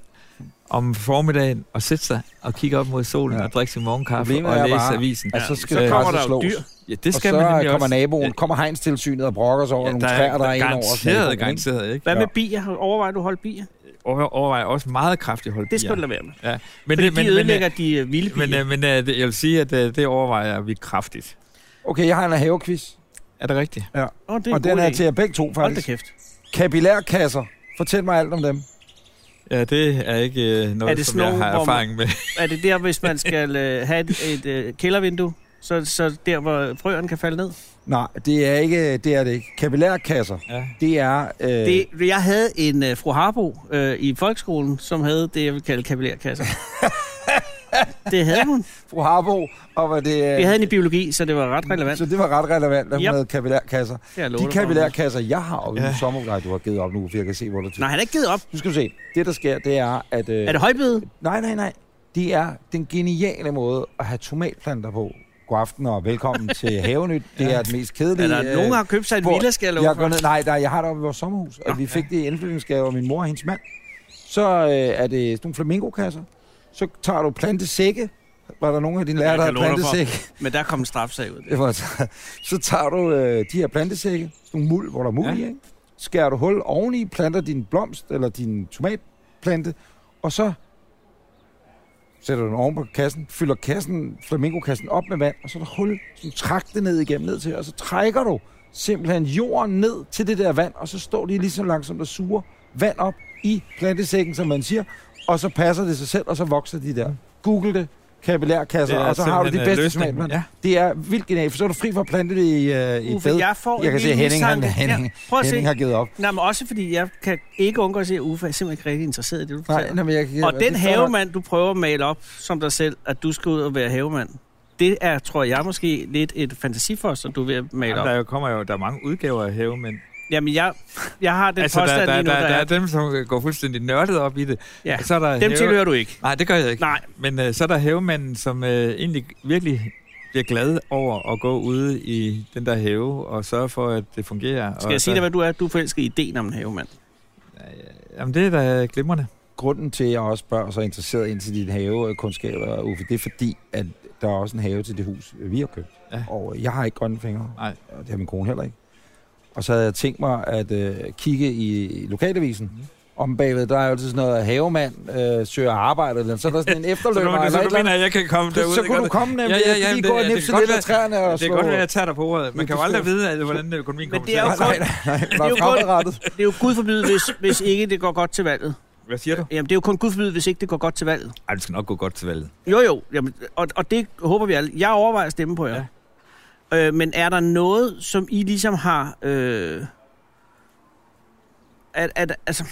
om formiddagen og sætte sig og kigge op mod solen ja. og drikke sin morgenkaffe og læse bare, avisen. Ja, så, skal så kommer der jo dyr. Ja, det skal og så man kommer også. naboen, kommer hegnstilsynet og brokker sig over ja, nogle der træer, der, der er ind over. Garanteret, garanteret. Ikke? Hvad med bier? Overvejer du at holde bier? Over, overvejer også meget kraftigt at holde bier. Det skal du lade være med. Ja. Men Fordi det, men, de ødelægger men, de vilde bier. Men, men jeg vil sige, at det overvejer vi kraftigt. Okay, jeg har en havequiz. Er det rigtigt? Ja. Oh, det er og den er til jer begge to, faktisk. Hold da kæft. Kapillærkasser. Fortæl mig alt om dem. Ja, det er ikke uh, noget, er det som jeg har erfaring med. Er det der, hvis man skal uh, have et, et uh, kældervindue, så, så der, hvor frøerne kan falde ned? Nej, det er ikke det. Er det ikke. Kapillærkasser, ja. det er... Øh... Det, jeg havde en uh, fru Harbo uh, i folkeskolen, som havde det, jeg vil kalde kapillærkasser. Det havde hun. Fru Harbo, og var det... Vi havde en i biologi, så det var ret relevant. Så det var ret relevant, at hun yep. havde kapillærkasser. De kapillærkasser, jeg har oppe ja. i sommer... Nej, du har givet op nu, for jeg kan se, hvor du til. Nej, han har ikke givet op. Nu skal du se. Det, der sker, det er, at... Øh... Er det højbede? Nej, nej, nej. Det er den geniale måde at have tomatplanter på. God aften og velkommen til Havenyt. Det ja. er det mest kedelige. Er der øh, nogen, der har købt sig et villaskal over for? Nej, der, jeg har det oppe i vores sommerhus, og ja. vi fik det i indflytningsgave af min mor og hendes mand. Så øh, er det sådan nogle flamingokasser. Så tager du plantesække. Var der nogen af dine lærere, der havde plantesække? Men der kom en strafsag ud. Det var, så tager du øh, de her plantesække, sådan nogle muld, hvor der er muld i, ja. ikke? Skærer du hul oveni, planter din blomst eller din tomatplante, og så sætter du den oven på kassen, fylder kassen, flamingokassen op med vand, og så er der hul, så træk det ned igennem ned til, og så trækker du simpelthen jorden ned til det der vand, og så står de lige så langsomt og suger vand op i plantesækken, som man siger, og så passer det sig selv, og så vokser de der. Google det. Kapillærkasser, og så har du de bedste tomatplanter. Ja. Det er vildt genialt, for så er du fri for at plante det i, uh, i Uffe, bed. Jeg, får jeg kan se, at Henning, han, Henning, ja, Henning har givet op. Nej, men også fordi jeg kan ikke undgå at se, at Uffe er simpelthen ikke rigtig interesseret i det, du fortæller. Nej, nej, jeg, jeg, og den havemand, du prøver at male op som dig selv, at du skal ud og være havemand, det er, tror jeg, måske lidt et fantasi for os, som du er ved at male op. Der jo kommer jo der er mange udgaver af havemænd. Jamen, jeg, jeg har den altså, påstand der, der, lige nu, der, der, der er... er dem, som går fuldstændig nørdet op i det. Ja, så er der dem have... tilhører du ikke. Nej, det gør jeg ikke. Nej. Men uh, så er der havemanden, som uh, egentlig virkelig bliver glad over at gå ude i den der have og sørge for, at det fungerer. Skal jeg sige dig, hvad du er? Du er forelsket i ideen om en havemand. Ja, jamen, det er da glimrende. grunden til, at jeg også spørger så interesseret ind til dine havekundskaber, Uffe, det er fordi, at der er også en have til det hus, vi har købt. Ja. Og jeg har ikke grønne fingre. Nej. Og det har min kone heller ikke. Og så havde jeg tænkt mig at øh, kigge i lokalavisen. Mm. Om bagved, der er jo altid sådan noget, havemand øh, søger arbejde, eller så er der sådan en efterlønner. så, så, så du mener, at jeg kan komme derud? Så, så kunne du komme nemlig, ja, ja, ja, lige gå og nipse lidt af træerne og slå. Det er godt, at jeg tager dig på ordet. Man kan jo aldrig vide, at, hvordan økonomien kommer til. Nej, nej, nej. Det er jo det er jo Gud forbyde, hvis, hvis ikke det går godt til valget. Hvad siger du? Jamen, det er jo kun Gud forbyde, hvis ikke det går godt til valget. Ej, det skal nok gå godt til valget. Jo, jo. Jamen, og, og det håber vi alle. Jeg overvejer at stemme på jer. Ja. Øh, men er der noget, som I ligesom har... Øh, at, at, altså...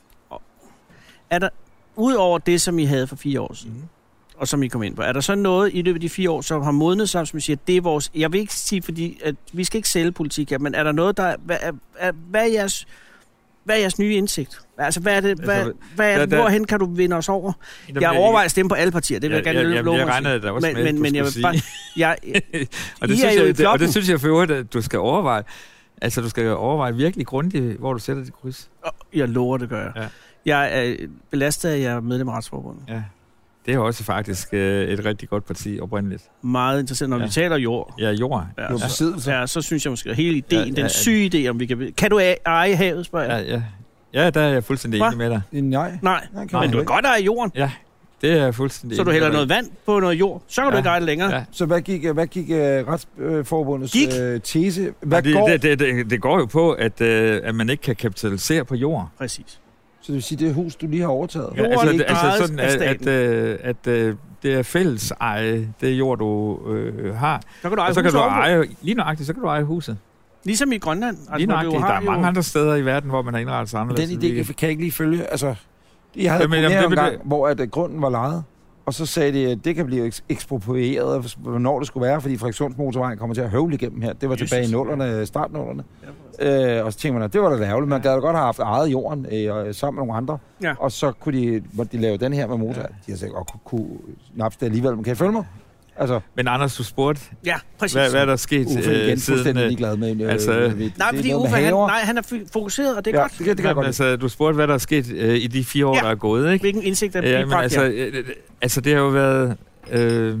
Er der, udover det, som I havde for fire år siden, mm. og som I kom ind på, er der så noget i løbet af de fire år, som har modnet sig, som I siger, det er vores... Jeg vil ikke sige, fordi at vi skal ikke sælge politik her, men er der noget, der... Hvad er, er, hvad er jeres... Hvad er jeres nye indsigt? Altså, hvad er det, hvad, altså, hvad er det, der, hvorhen kan du vinde os over? Der, jeg overvejer at stemme på alle partier, det vil ja, jeg gerne ja, love mig. Jeg regnede det også men, med, men, men jeg vil bare... Jeg, og, det synes jeg, det, og det synes jeg for øvrigt, at du skal overveje. Altså, du skal overveje virkelig grundigt, hvor du sætter dit kryds. Jeg lover, det gør jeg. Ja. Jeg er belastet af, at jeg er medlem af Retsforbundet. Ja. Det er også faktisk øh, et rigtig godt parti oprindeligt. Meget interessant, når ja. vi taler jord. Ja, jord. Ja, ja. Så, ja, så synes jeg måske, at hele ideen, ja, ja, den syge idé, om vi kan... Kan du eje havet, spørger jeg? Ja, ja. Ja, der er jeg fuldstændig enig med dig. Nej. Nej, Nej men du kan godt eje jorden. Ja, det er jeg fuldstændig så du hælder noget vand på noget jord, så kan ja. du ikke eje det længere. Ja. Så hvad gik, hvad gik uh, Retsforbundets uh, tese? Hvad det, går? Det, det, det, det går jo på, at, uh, at man ikke kan kapitalisere på jord. Præcis. Så det vil sige, det er hus, du lige har overtaget? Ja, altså, det, altså sådan, at, at, at, at, at det er fælles eje, det er jord, du øh, har. Så kan du eje, og så kan du eje lige nøjagtigt, så kan du eje huset. Ligesom i Grønland. Altså, lige nøjagtigt, der er mange jo... andre steder i verden, hvor man har indrettet sig anderledes. Den idé kan jeg ikke lige følge. Altså, jeg havde jamen, jamen, det, gang, det, hvor at, grunden var lejet, og så sagde de, at det kan blive eksproprieret, hvornår det skulle være, fordi Frederikssundsmotorvejen kommer til at høvle igennem her. Det var Jesus. Tilbage i nullerne, startnullerne. Ja, øh, og så tænkte man, at det var da ærgerligt. Man gad da godt have haft ejet jorden øh, sammen med nogle andre. Ja. Og så kunne de, måtte de lave den her med motor. Ja. De har sikkert godt kunne, kunne nappe det alligevel. Men kan I følge mig? Altså. Men Anders, du spurgte, ja, præcis. Hvad, hvad er der sket Uffe igen, øh, siden... Uffe glad med. Øh, altså, øh, nej, fordi Uffe, han, nej, han er fokuseret, og det er ja, godt. Det, det kan jamen, godt. Altså, du spurgte, hvad der er sket øh, i de fire år, ja. der er gået, ikke? Hvilken indsigt er det? Ja, men altså, øh, altså, det har jo været øh,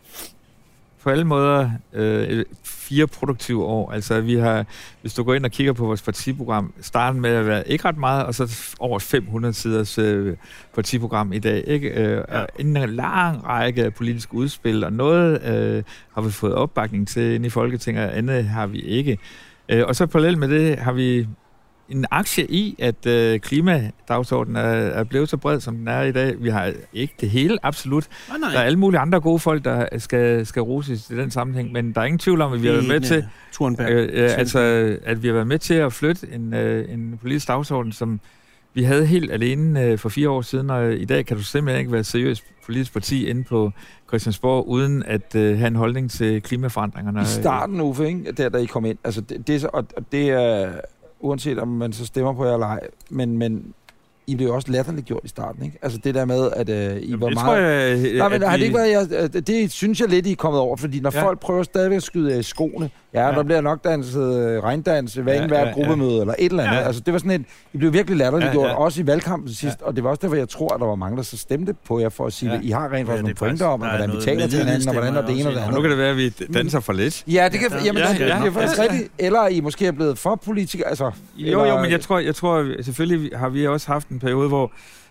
på alle måder øh, fire produktive år. Altså, vi har, hvis du går ind og kigger på vores partiprogram, starten med at være ikke ret meget, og så over fem hundrede siders øh, partiprogram i dag, ikke? Øh, ja. En lang række politiske udspil, og noget øh, har vi fået opbakning til inde i Folketinget, og andet har vi ikke. Øh, og så parallelt med det har vi en aktie i, at øh, klimadagsordenen er, er blevet så bred, som den er i dag. Vi har ikke det hele, absolut. Oh, der er alle mulige andre gode folk, der skal, skal roses i den sammenhæng, men der er ingen tvivl om, at vi har været med til, øh, øh, altså, at vi har været med til at flytte en, øh, en politisk dagsorden, som vi havde helt alene øh, for fire år siden, og i dag kan du simpelthen ikke være et seriøst politisk parti inde på Christiansborg, uden at øh, have en holdning til klimaforandringerne. I starten, Uffe, ikke? Der, da I kom ind, altså det, det, og, og det er... uanset om man så stemmer på jer eller ej, men, men I blev også latterligt gjort i starten, ikke? Altså det der med, at øh, I jamen, var det meget... Tror jeg, nej, men har det ikke været... Jeg, det synes jeg lidt, I er kommet over, fordi når ja. folk prøver stadigvæk at skyde i skoene, ja, ja. der bliver nok danset regndans, hver ja, hver ja, gruppemøde ja. eller et eller andet. Ja. Altså det var sådan et... I blev virkelig latterligt ja, gjort, ja. også i valgkampen sidst, ja. og det var også derfor, jeg tror, at der var mange, der så stemte på jer for at sige, ja. at I har rent faktisk ja, nogle pointer om, hvordan vi taler til hinanden, og hvordan er det ene og det andet. Nu kan det være, at vi danser for lidt. Ja, det kan... Jamen, det er faktisk rigtigt. Eller I måske er blevet for politikere, altså... Jo, jo, men jeg tror, jeg tror selvfølgelig har vi også haft en periode, hvor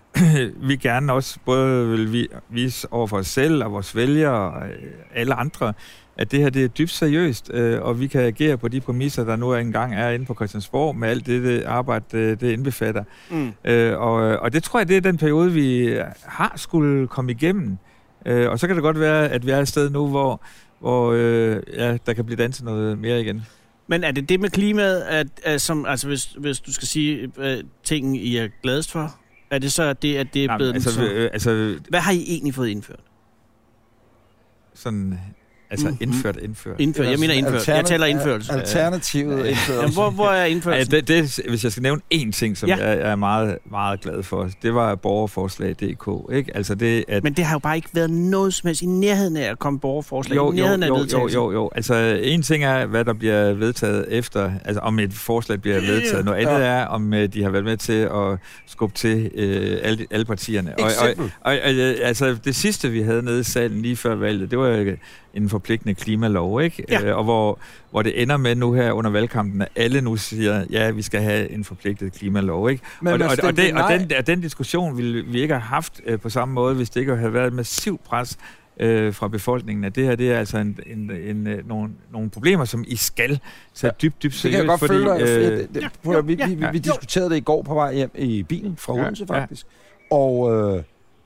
vi gerne også både vil vise over for os selv og vores vælgere og alle andre, at det her det er dybt seriøst, og vi kan agere på de præmisser, der nu engang er inde på Christiansborg, med alt det, det arbejde, det, det indbefatter. Mm. Og, og det tror jeg, det er den periode, vi har skulle komme igennem. Og så kan det godt være, at vi er et sted nu, hvor, hvor ja, der kan blive danset noget mere igen. Men er det det med klimaet, at, at som, altså hvis, hvis du skal sige uh, ting, I er gladest for? Er det så, at det, at det er blevet... Altså, øh, altså, hvad har I egentlig fået indført? Sådan... Altså Mhm. indført, indført. Indført. Jeg mener indført. Jeg taler indførelse. Alternativet indførelse. Jamen, hvor, hvor er indførelsen? Ja, det, det, hvis jeg skal nævne én ting, som Ja. jeg er meget, meget glad for, det var borgerforslag punktum d k. Ikke? Altså det, at Men det har jo bare ikke været noget som helst i nærheden af at komme borgerforslag. Jo, I nærheden jo, af jo, jo, vedtagelse. jo, jo. Altså, en ting er, hvad der bliver vedtaget efter, altså om et forslag bliver vedtaget. Noget andet Ja. er, om uh, de har været med til at skubbe til uh, alle, alle partierne. Og, Eksempel. og, og, og altså, det sidste, vi havde nede i salen lige før valget, det var uh, en forpligtende klimalov, ikke? Ja. Uh, og hvor, hvor det ender med nu her under valgkampen, at alle nu siger, ja, vi skal have en forpligtet klimalov, ikke? Men og, man og, og, stemte det, og nej. den, og den diskussion ville vi ikke have haft uh, på samme måde, hvis det ikke havde været et massivt pres øh, fra befolkningen, at det her, det er altså en, en, en, en, nogle, nogle problemer, som I skal tage dybt, dybt seriøst. Det kan jeg godt fordi, følge dig. øh, Det- det- prøv at- Vi, vi, vi, vi diskuterede det i går på vej hjem i bilen fra Ja, Odense, ja. faktisk. Og øh,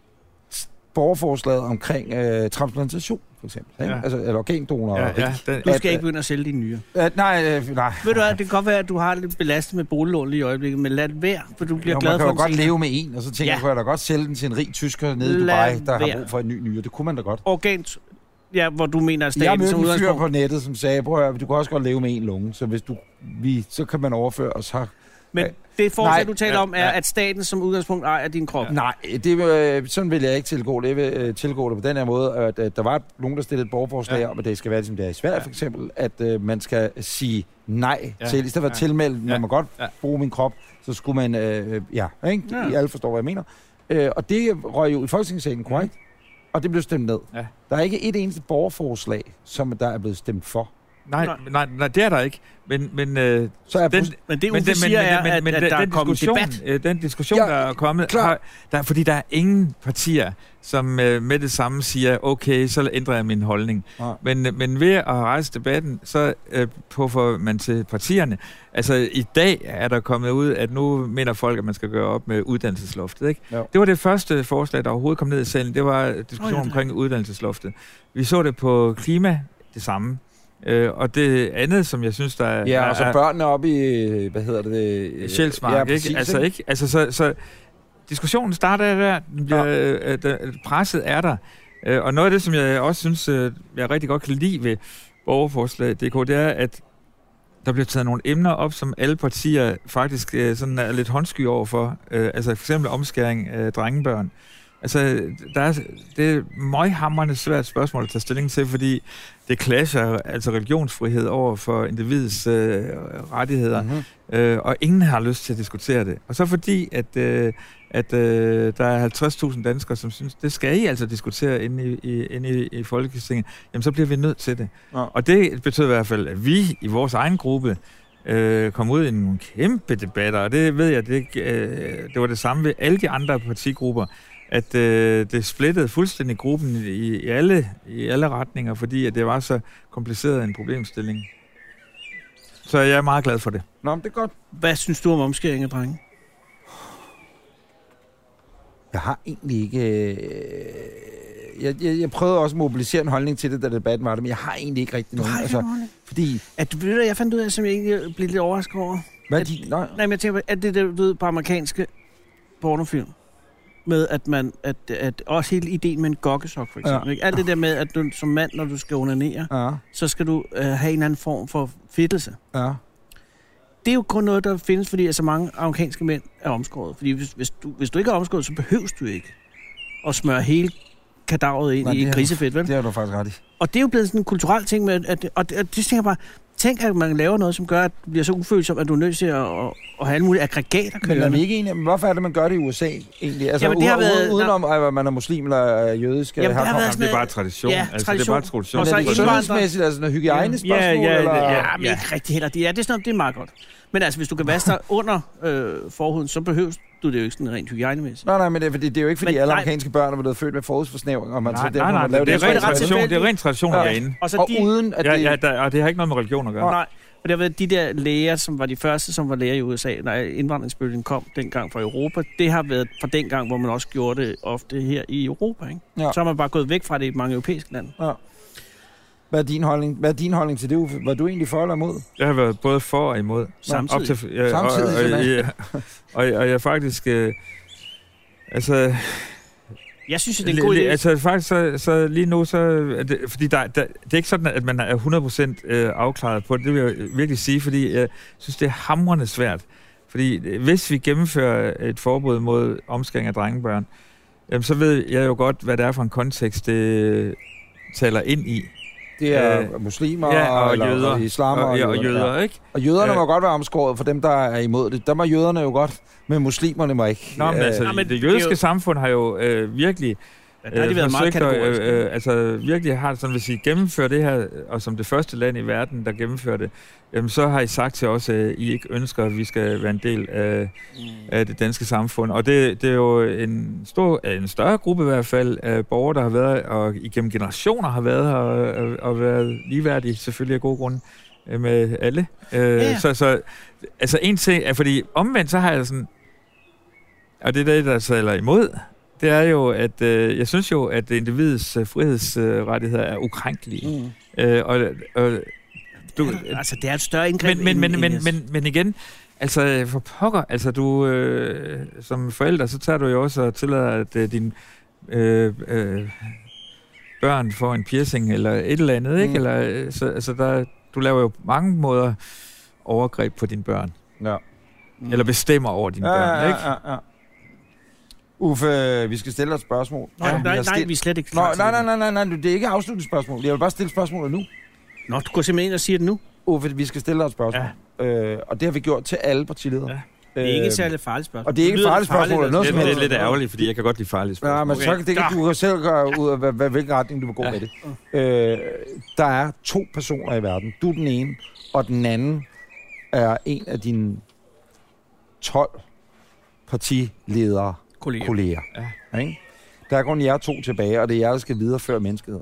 s- borgerforslaget omkring øh, transplantation, for eksempel. Ikke? Ja. Altså, eller organdonorer. ja, ja, den, Du skal At, ikke begynde at sælge dine nyere. At, nej, øh, nej. Ved du hvad, det kan godt være, at du har lidt belastet med boliglån lige i øjeblikket, men lad det være, for du bliver Jo, glad man for kan jo den godt senere. leve med en, og så tænker Ja. jeg, kunne jeg da godt sælge den til en rig tysker nede i Lad Dubai, der være. har brug for en ny nyre. Det kunne man da godt. Organ, ja, hvor du mener, at Jeg staten mødte som en fyr udgangspunkt... på nettet, som sagde, prøv at høre, du kan også godt leve med en lunge, så hvis du, vi, så kan man overføre os her. Men Ja. det forslag, Nej, du taler ja, om, er, ja. at staten som udgangspunkt ejer din krop. Nej, det, øh, sådan vil jeg ikke tilgå det. Jeg vil øh, tilgå det på den her måde, at, at der var nogen, der stillede et borgerforslag Ja. om, at det skal være, som det er i Sverige for eksempel, at øh, man skal sige nej Ja. til, i stedet for at Ja. tilmelde, man Ja. må godt Ja. bruge min krop, så skulle man, øh, ja, ikke? Ja. I alle forstår, hvad jeg mener. Øh, og det røg jo i Folketingssalen, korrekt? Og det blev stemt ned. Ja. Der er ikke et eneste borgerforslag, som der er blevet stemt for. nej, nej, nej, det er der ikke. Men, men øh, Så er den, Men det, men, Uffe den, siger, er, men, at, men, at den, der er den kommet diskussion, debat. øh, den diskussion, Ja, der er kommet, klar. har, der, fordi der er ingen partier, som øh, med det samme siger, okay, så ændrer jeg min holdning. Nej. Men, men ved at rejse debatten, så øh, påfører man til partierne. Altså, i dag er der kommet ud, at nu mener folk, at man skal gøre op med uddannelsesloftet, ikke? Jo. Det var det første forslag, der overhovedet kom ned i salen. Det var diskussion Oh, ja, omkring uddannelsesloftet. Vi så det på klima, det samme. Øh, og det andet, som jeg synes, der er... Ja, og så er, børnene oppe i, hvad hedder det? Sjælsmark, ja, ikke? præcis, Altså, ikke? Altså, så, så diskussionen starter der, den bliver, Ja. øh, der, presset er der. Øh, og noget af det, som jeg også synes, øh, jeg rigtig godt kan lide ved borgerforslag punktum d k, det er, at der bliver taget nogle emner op, som alle partier faktisk øh, sådan er lidt håndsky overfor. Øh, altså for eksempel omskæring af drengebørn. Altså, der er, det er møghamrende svært spørgsmål at tage stilling til, fordi det clasher altså religionsfrihed over for individets øh, rettigheder, Mm-hmm. øh, og ingen har lyst til at diskutere det. Og så fordi, at, øh, at øh, der er halvtreds tusind danskere, som synes, det skal I altså diskutere inde i, i, inde i, i Folketinget, jamen så bliver vi nødt til det. Ja. Og det betyder i hvert fald, at vi i vores egen gruppe øh, kom ud i nogle kæmpe debatter, og det ved jeg, det, øh, det var det samme ved alle de andre partigrupper, at øh, det splittede fuldstændig gruppen i, i, alle, i alle retninger, fordi at det var så kompliceret en problemstilling. Så jeg er meget glad for det. Nå, men det er godt. Hvad synes du om omskæring af drenge? Jeg har egentlig ikke... Øh, jeg, jeg, jeg prøvede også at mobilisere en holdning til det, da debatten var det, men jeg har egentlig ikke rigtig nogen. Altså, fordi... At du ved, jeg fandt ud af, som jeg egentlig blev lidt overrasket over. Hvad er at, de... Nej. Nej, men jeg tænker, at det der, du ved, på amerikanske pornofilm, med at man, at, at også hele ideen med en gokkesok, for eksempel. Ja. Ikke? Alt det der med, at du som mand, når du skal onanere, Ja, så skal du øh, have en anden form for fedtelse. ja. Det er jo kun noget, der findes, fordi at så mange amerikanske mænd er omskåret. Fordi hvis, hvis, du, hvis du ikke er omskåret, så behøves du ikke at smøre hele kadaveret ind Nej, i det er- grisefedt, vel? Det har du faktisk ret i. Og det er jo blevet sådan en kulturel ting med, at, og det, og det tænker jeg bare, tænk, at man laver noget, som gør, at du bliver så ufølsom, at du er nødt til at, at, at have alle mulige aggregater Men er vi kørende. ikke enige? Men hvorfor er det, man gør det i U S A egentlig? Altså, Jamen, det har uden, været- udenom, at man er muslim eller er jødisk. Jamen, det har herkomst. været Jamen, det er bare tradition. Ja, altså, tradition. Det er bare tradition. Og så Men er det indvandrere- sundhedsmæssigt, altså noget hygiejnespørgsmål? Ja, ja, eller? ja, Ja, men ikke rigtig heller. Det er, det er, sådan, det er meget godt. Men altså, hvis du kan vaske dig under øh, forhuden, så behøver du det jo ikke sådan rent hygiejnemæssigt. Nej, nej, men det, er, fordi, det er jo ikke, fordi Men alle nej. amerikanske børn er blevet født med forudsforsnævring, og man Nej, så derfor nej, nej, man laver det er det. ren ret tradition. tilfældigt. Det er ren tradition Ja. derinde. Og så Og de, uden at Ja, det... ja, der, og det har ikke noget med religion at gøre. nej, og det har været de der læger, som var de første, som var læger i U S A, når indvandringsbølgen kom dengang fra Europa. Det har været fra den gang, hvor man også gjorde det ofte her i Europa. Ikke? Ja. Så har man bare gået væk fra det i mange europæiske lande. Ja. Hvad er din holdning? Hvad er din holdning til det, Uffe? Var du egentlig for eller imod? Jeg har været både for og imod. Samtidig. Op til, ja, Samtidig, og, og, simpelthen. ja, og, og jeg faktisk... Øh, altså... Jeg synes, det er en god idé. Altså faktisk, så, så lige nu, så er det, fordi der, der, det er ikke sådan, at man er hundrede procent øh, afklaret på det, det vil jeg virkelig sige, fordi jeg synes, det er hamrende svært. Fordi hvis vi gennemfører et forbud mod omskæring af drengebørn, jamen, så ved jeg jo godt, hvad det er for en kontekst, det taler ind i. Det er øh, muslimer ja, og eller, jøder. Og islamer og, og, ja, og jøder, jøder, ja. ikke? Og jøderne øh, må godt være omskåret for dem, der er imod det. Der må jøderne jo godt, men muslimerne må ikke. Nå, men altså, øh, det, det jødiske jo... samfund har jo øh, virkelig... Ja, der har de været meget kategoriske. Øh, øh, altså virkelig har sådan, hvis I gennemfører det her, og som det første land i verden, der gennemfører det, jamen, så har I sagt til os, at I ikke ønsker, at vi skal være en del af, mm. af det danske samfund. Og det, det er jo en, stor, en større gruppe i hvert fald af borgere, der har været, og igennem generationer har været her, og, og været ligeværdige, selvfølgelig af gode grunde, med alle. Øh, ja. Så, så altså en ting er, fordi omvendt, så har jeg sådan, og det er det, der taler imod, det er jo, at øh, jeg synes jo, at individets øh, frihedsrettigheder er ukrænkelige. Mm. Øh, og, og, du, altså, det er et større indgreb. Men, men, men, men, men, men igen, altså for pokker, altså du øh, som forælder, så tager du jo også og tillader, at øh, dine øh, øh, børn får en piercing eller et eller andet, mm. ikke? Eller, så, altså der, du laver jo mange måder overgreb på dine børn. Ja. Mm. Eller bestemmer over dine ja, børn, ja, ikke? Ja, ja, ja. Uffe, vi skal stille dig et spørgsmål. Nå, ja, nej, nej, vi er slet ikke klar. Nå, nej, nej, nej, nej, nej, det er ikke afsluttet spørgsmål. Jeg vil bare stille spørgsmålet nu. Nå, du går simpelthen ind og siger det nu? Uffe, vi skal stille dig et spørgsmål. Ja. Øh, og det har vi gjort til alle partiledere. Ja. Det er ikke et særligt farligt spørgsmål. Og det er ikke et farligt spørgsmål. Eller noget, det, det er lidt ærgerligt, fordi jeg kan godt lide farlige spørgsmål. Ja, men okay. Så det kan du selv gøre ud af, hvad, hvad, hvilken retning du vil gå ja. med det. Øh, der er to personer i verden. Du er den ene, og den anden er en af dine tolv partiledere. Kolleger. kolleger. Ja. Ikke? Der er kun jer to tilbage, og det er jer, der skal videreføre menneskeheden.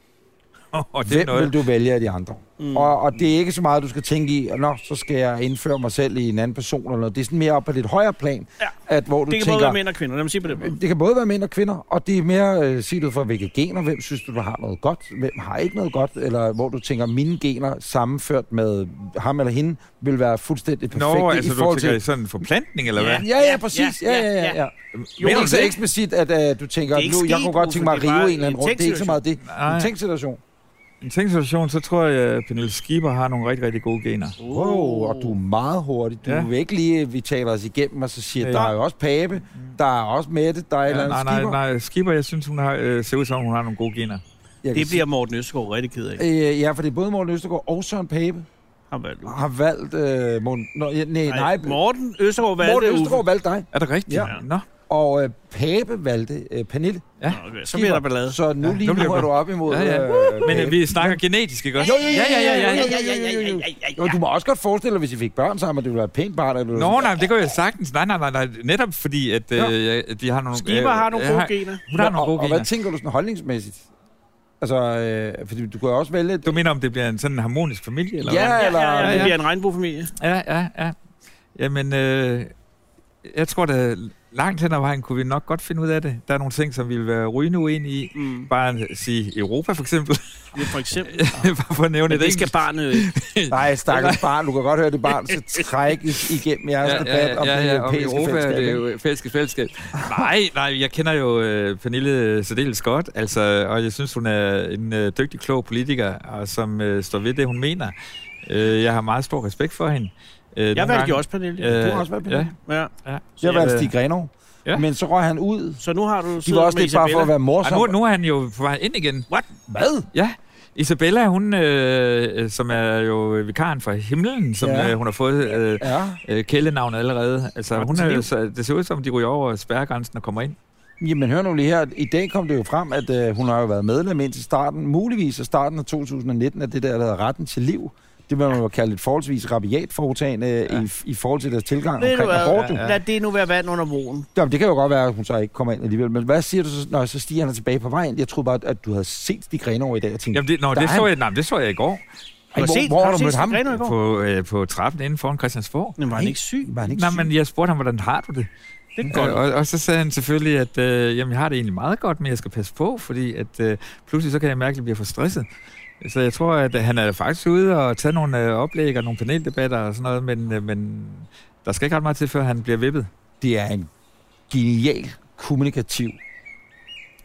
Oh, Hvem noget. vil du vælge af de andre? Mm. Og, og det er ikke så meget, du skal tænke i, nå, så skal jeg indføre mig selv i en anden person, eller noget. Det er sådan mere op på lidt højere plan, ja. at hvor du det kan tænker, både være mænd og kvinder, lad mig sige på det. Det kan både være mænd og kvinder, og det er mere, øh, sig du for hvilke gener, hvem synes du, der har noget godt, hvem har ikke noget godt, eller hvor du tænker, mine gener sammenført med ham eller hende, vil være fuldstændig perfekte. Nå, altså i forhold du tænker til sådan en forplantning, eller ja. hvad? Ja, ja, præcis. Ja, ja, ja. ja, ja. Jo, men ikke så eksplicit, at uh, du tænker, nu, jeg kunne godt tænke mig at rive en eller anden rundt. Det er ikke så meget det. En tænksituation. En tænksituation, så tror jeg, at Pernille Skipper har nogle rigtig, rigtig gode gener. Wow, og du er meget hurtig. Du ja. vil ikke lige, vi taler os igennem, og så siger, ja. der er jo også Pape, der er også Mette, der er ja, et eller andet nej, Skipper. Nej, nej, Skipper, jeg synes, hun har, øh, ser ud som, hun har nogle gode gener. Jeg det bliver Morten Østergaard rigtig ked af. Øh, ja, for det er både Morten Østergaard og Søren Pape har valgt, har valgt øh, Morten... Nå, nej, nej, nej, Morten Østergaard valgte Morten Østergaard valgte dig. Er det rigtigt? Ja. Nå. Og øh, Pape valgte øh, Pernille. Ja, okay, så bliver der ballade. Så nu ja, lige nu er du op imod... Ja, ja. Øh, Men øh, vi snakker genetisk, ikke også? Jo, jo, ja, ja, ja, ja, ja, ja. Du må også godt forestille dig, hvis I fik børn sammen, at det ville være et pænt barn. Eller Nå, nej, det kan jeg sagtens. Nej, nej, nej, nej. Netop fordi, at øh, de har nogle... Skipper har nogle gode gener. Hun har nogle gode gener. Og hvad tænker du sådan holdningsmæssigt? Altså, øh, fordi du kan jo også vælge... Du mener, om det bliver en sådan en harmonisk familie, eller ja, hvad? Eller, ja, ja, ja, det bliver en regnbuefamilie. Ja, ja, ja. Jamen, øh, jeg tror, at langt hen ad vejen kunne vi nok godt finde ud af det. Der er nogle ting, som vi vil være rygende uenige i. Mm. Bare at sige Europa, for eksempel. Ja, for eksempel. Bare for at nævne det. Det skal barnet ikke. Nej, stakkels barn. Du kan godt høre det barn, så træk igennem jeres ja, debat ja, om ja, ja, det europæiske om Europa, fællesskab. Det er jo fællesskab, fællesskab. nej, nej, jeg kender jo uh, Pernille særdeles godt, altså, og jeg synes, hun er en uh, dygtig, klog politiker, og som uh, står ved det, hun mener. Uh, jeg har meget stor respekt for hende. Uh, jeg valgte jo også Pernille. Uh, du har også valgt Pernille? Ja. ja. ja. Jeg valgte Stig Grenov. Ja. Men så røg han ud. Så nu har du de var også lidt bare for at være morsom. Nu, nu er han jo på vej ind igen. What? Hvad? Ja. Isabella, hun, øh, som er jo vikaren fra himlen, som ja. øh, hun har fået øh, ja. øh, kælenavnet allerede. Altså, hun er, så, det ser ud som, de ryger over spærregrænsen og kommer ind. Jamen, hør nu lige her. I dag kom det jo frem, at øh, hun har jo været medlem indtil starten, muligvis af starten af to tusind nitten, af det der, der hedder Retten til Liv. Det vil man jo kalde et forholdsvis rabiat foretagende ja. i, i forhold til deres tilgang det omkring abort. Ja, ja. Lad det nu være vand under broen. Jamen, det kan jo godt være, at hun så ikke kommer ind alligevel. Men hvad siger du så, når så stiger han tilbage på vejen? Jeg troede bare, at du havde set Stig Grenov i dag og tænkte... Jamen, det, nå, det, så jeg, nej, det så jeg i går. Ej, hvor, set, hvor har du mødt ham? På, øh, på trappen inden foran Christiansborg. Men var han ikke syg? Var han ikke nej, syg? men jeg spurgte ham, hvordan har du det? Det er godt. Øh, og, og så sagde han selvfølgelig, at øh, jamen, jeg har det egentlig meget godt, men jeg skal passe på, fordi at, øh, pludselig så kan jeg mærke, at jeg bliver for stresset. Så jeg tror, at han er faktisk ude og tage nogle øh, oplæg og nogle paneldebatter og sådan noget, men, øh, men der skal ikke ret meget til, før han bliver vippet. Det er en genial kommunikativ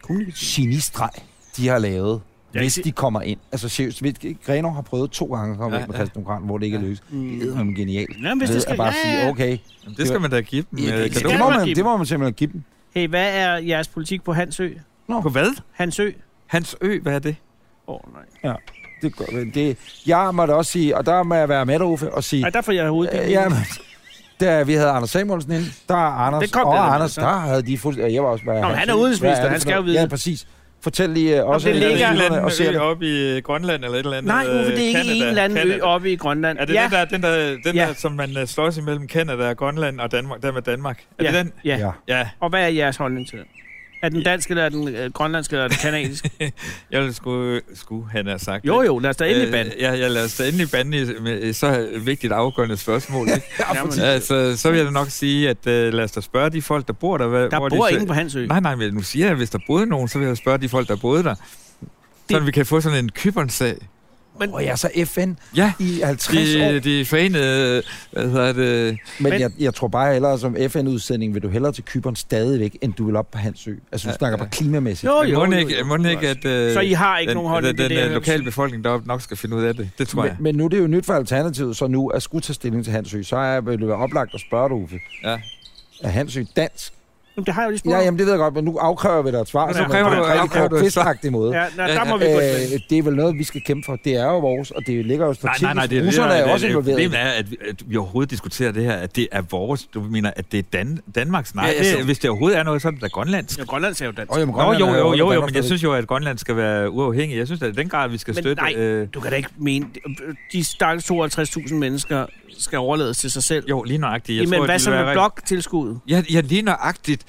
genistreg, de har lavet, ja, hvis det... de kommer ind. Altså seriøst, Grenaa har prøvet to gange at komme ja, ind med ja. Kristendemokraterne, hvor det ikke er lykkes. Mm. Det er jo genialt. Ja, hvis det skal... bare ja, ja. sige, okay. Jamen, det skal man da give dem. Ja, det, det, det, må man, det må man simpelthen give dem. Hey, hvad er jeres politik på Hans Ø? Nå. På hvad? Hans Ø. Hans Ø, hvad er det? Åh, oh, nej. Ja. Det, det, jeg må da også sige, og der må jeg være med dig, Uffe, og sige... Nej, der får jeg hovedet. Øh, ja, da vi havde Anders Samuelsen ind, der er Anders og der, Anders, der havde de fuldstændig... Jeg var også bare... Nå, han er udenrigsminister, han skal jo vide. Ja, præcis. Fortæl lige også... Om det ligger en eller anden ø oppe i Grønland eller et eller andet... Nej, Uffe, det er ikke en eller anden ø oppe i Grønland. Er det ja. den, der, den, der, den ja. der, som man slås imellem Canada og Grønland og Danmark, der med Danmark? Er ja. det den? Ja. ja. ja. Og hvad er jeres holdning til den? Er den dansk, eller er den øh, grønlandsk, eller er den kanadisk? Jeg ville sgu, sgu han har sagt. Jo, jo, lad os da endelig bande. Øh, ja, jeg lad os da endelig bande i, med så vigtigt afgørende spørgsmål. Ikke? ja, altså, så vil jeg da nok sige, at øh, lad os da spørge de folk, der bor der. Hvad, der hvor bor de, ingen på Hans Ø. Nej, nej, men nu siger jeg, at hvis der boede nogen, så vil jeg spørge de folk, der boede der. Det... Så vi kan få sådan en Cypern-sag. Men, og ja, så F N ja, i halvtreds de, år. De forenede, hvad hedder det... Men, Men jeg, jeg tror bare hellere, som F N-udsending vil du hellere til Cypern stadigvæk, end du vil op på Hans Ø. Altså, du ja, snakker ja. bare klimamæssigt. Jo, jo, må jo, ikke, jo, må jo, ikke, at... Uh, så I har ikke den, nogen holdning den, til den, det? Den lokale befolkning deroppe nok skal finde ud af det. Det tror men, jeg. Men nu er det jo nyt for Alternativet, så nu at skulle tage stilling til Hans Ø, så er, vil det være oplagt at spørge dig, Uffe. Ja. Er Hans Ø dansk? Jamen, det har jeg jo lige spurgt. Ja, jamen det ved jeg godt, men nu afkræver vi dig et svar, men så man på en rigtig kvistagtig måde. Ja, nej, der må vi gå øh, det er vel noget, vi skal kæmpe for. Det er jo vores, og det ligger jo strategisk. Nej, nej, nej, det, russerne er jo også involveret. Problemet er, at vi, at vi overhovedet diskuterer det her, at det er vores. Du mener, at det er Dan, Danmarks? Nej, ja, det, hvis det overhovedet er noget, så er det da grønlandsk. Ja, Grønland er jo dansk. Oh, jamen, Nå, jo, jo, jo, jo, jo, men jeg synes jo, at Grønland skal være uafhængig. Jeg synes, at den grad, vi skal men støtte... nej, øh... du kan da ikke mene... De stakkels tooghalvtreds tusind mennesker skal overlades til sig selv. Jo, lige nøjagtigt. Jeg Jamen, tror, hvad så med bloktilskuddet? Ja, ja, lige nøjagtigt.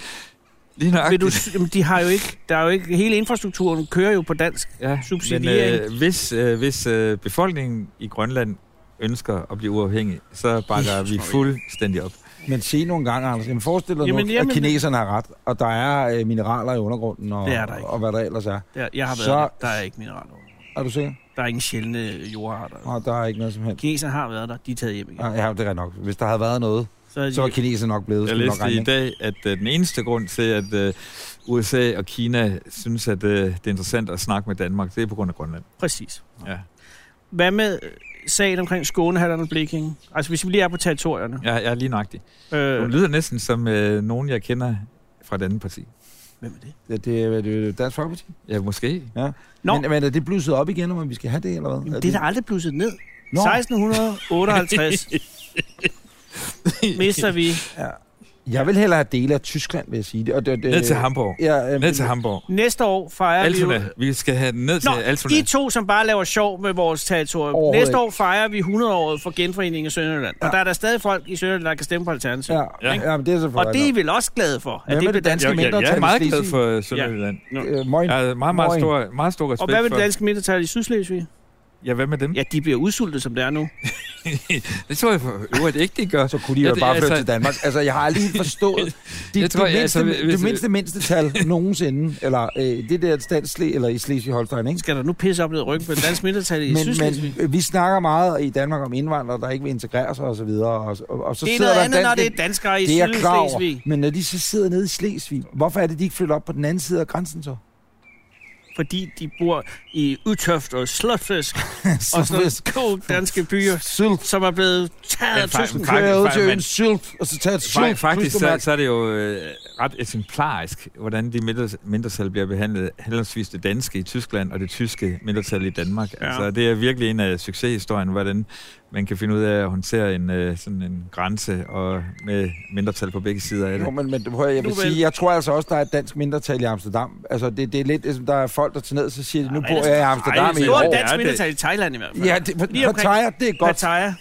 Du, de har jo ikke, der er jo ikke, hele infrastrukturen kører jo på dansk ja, subsidiering. Men øh, hvis, øh, hvis øh, befolkningen i Grønland ønsker at blive uafhængig, så bakker vi fuldstændig op. Men se nogle gange, Anders. Jeg forestiller dig nu, at kineserne har ret, og der er øh, mineraler i undergrunden, og, og hvad der ellers er. er jeg har været så, der. Der er ikke mineraler. Er du sikker? Der er ingen sjældne jordarter. Og der er ikke noget som helst. Kineserne har været der, de er taget hjem igen. Ja, det er nok. Hvis der havde været noget, så, de... så var kineserne nok blevet. Jeg læste i dag, at uh, den eneste grund til, at uh, U S A og Kina synes, at uh, det er interessant at snakke med Danmark, det er på grund af Grønland. Præcis. Ja. Hvad med sagen omkring Skånehalvøen og Blekinge? Altså, hvis vi lige er på territorierne. Ja, jeg er lige nøjagtig. Øh... Du lyder næsten som uh, nogen, jeg kender fra et andet parti. Hvem er det? Ja, det, er, det er Dansk Folkeparti. Ja, måske. Ja. Men, men er det blusset op igen, om vi skal have det, eller hvad? Jamen, er det er da aldrig blusset ned. Nå. seksten otteoghalvtreds mister vi... Ja. Jeg vil hellere have dele af Tyskland, vil jeg sige det. Og det, det ned til Hamburg. Ja, øh, ned til Hamburg. Næste år fejrer Altona. vi jo... Vi skal have ned til Nå, Altona. I to, som bare laver sjov med vores territorium. Næste år fejrer vi hundrede-året for genforeningen af Sønderjylland. Ja. Og der er der stadig folk i Sønderjylland, der kan stemme på Alternativet. Ja, ja. ja men det er selvfølgelig. Og det er vel også glade for. At det er det danske ja, mindretal. Jeg er meget glad for Sønderjylland. Ja. Øh, moin. Jeg er meget, meget stor, meget stor respekt for. Og hvad med det danske mindretal i Sydslesvig? Ja, hvad med dem? Ja, de bliver udsultet, som det er nu. Det tror jeg for øvrigt ikke, de gør. Så kunne de jo ja, bare flytte altså... til Danmark. Altså, jeg har aldrig forstået de, det, tror jeg, mindste, altså, hvis... det mindste mindste tal nogensinde. Eller øh, det der statslige, eller i Slesvig-Holstein, ikke? Skal der nu pisse op lidt ryggen på det danske mindretal i Sydslesvig? Men vi snakker meget i Danmark om indvandrere, der ikke vil integrere sig og så videre. Og, og, og så det er sidder noget andet, danske, når det er danskere i Sydslesvig. Men når de så sidder nede i Slesvig, hvorfor er det, de ikke flytter op på den anden side af grænsen så? Fordi de bor i Utøft og Slotfisk og sådan nogle danske byer, sylt, som er blevet taget af Tyskland. Kører ud til øen Sylt, og så tager et sylt. Faktisk så, så er det jo øh, ret eksemplarisk, hvordan de mindretal bliver behandlet, henholdsvis det danske i Tyskland og det tyske mindretal i Danmark. Ja. Altså, det er virkelig en af succeshistorien, hvordan man kan finde ud af at håndtere en, øh, sådan en grænse og med mindretal på begge sider af det. Jo, men, men prøv, jeg vil sige, jeg tror altså også, der er et dansk mindretal i Amsterdam. Altså, det, det er lidt, der er folk, der tager ned, så siger de, nu bor jeg i Amsterdam i et år. Det er et dansk mindretal i Thailand i hvert fald. Ja, det, Pattaya, det er godt. Pattaya.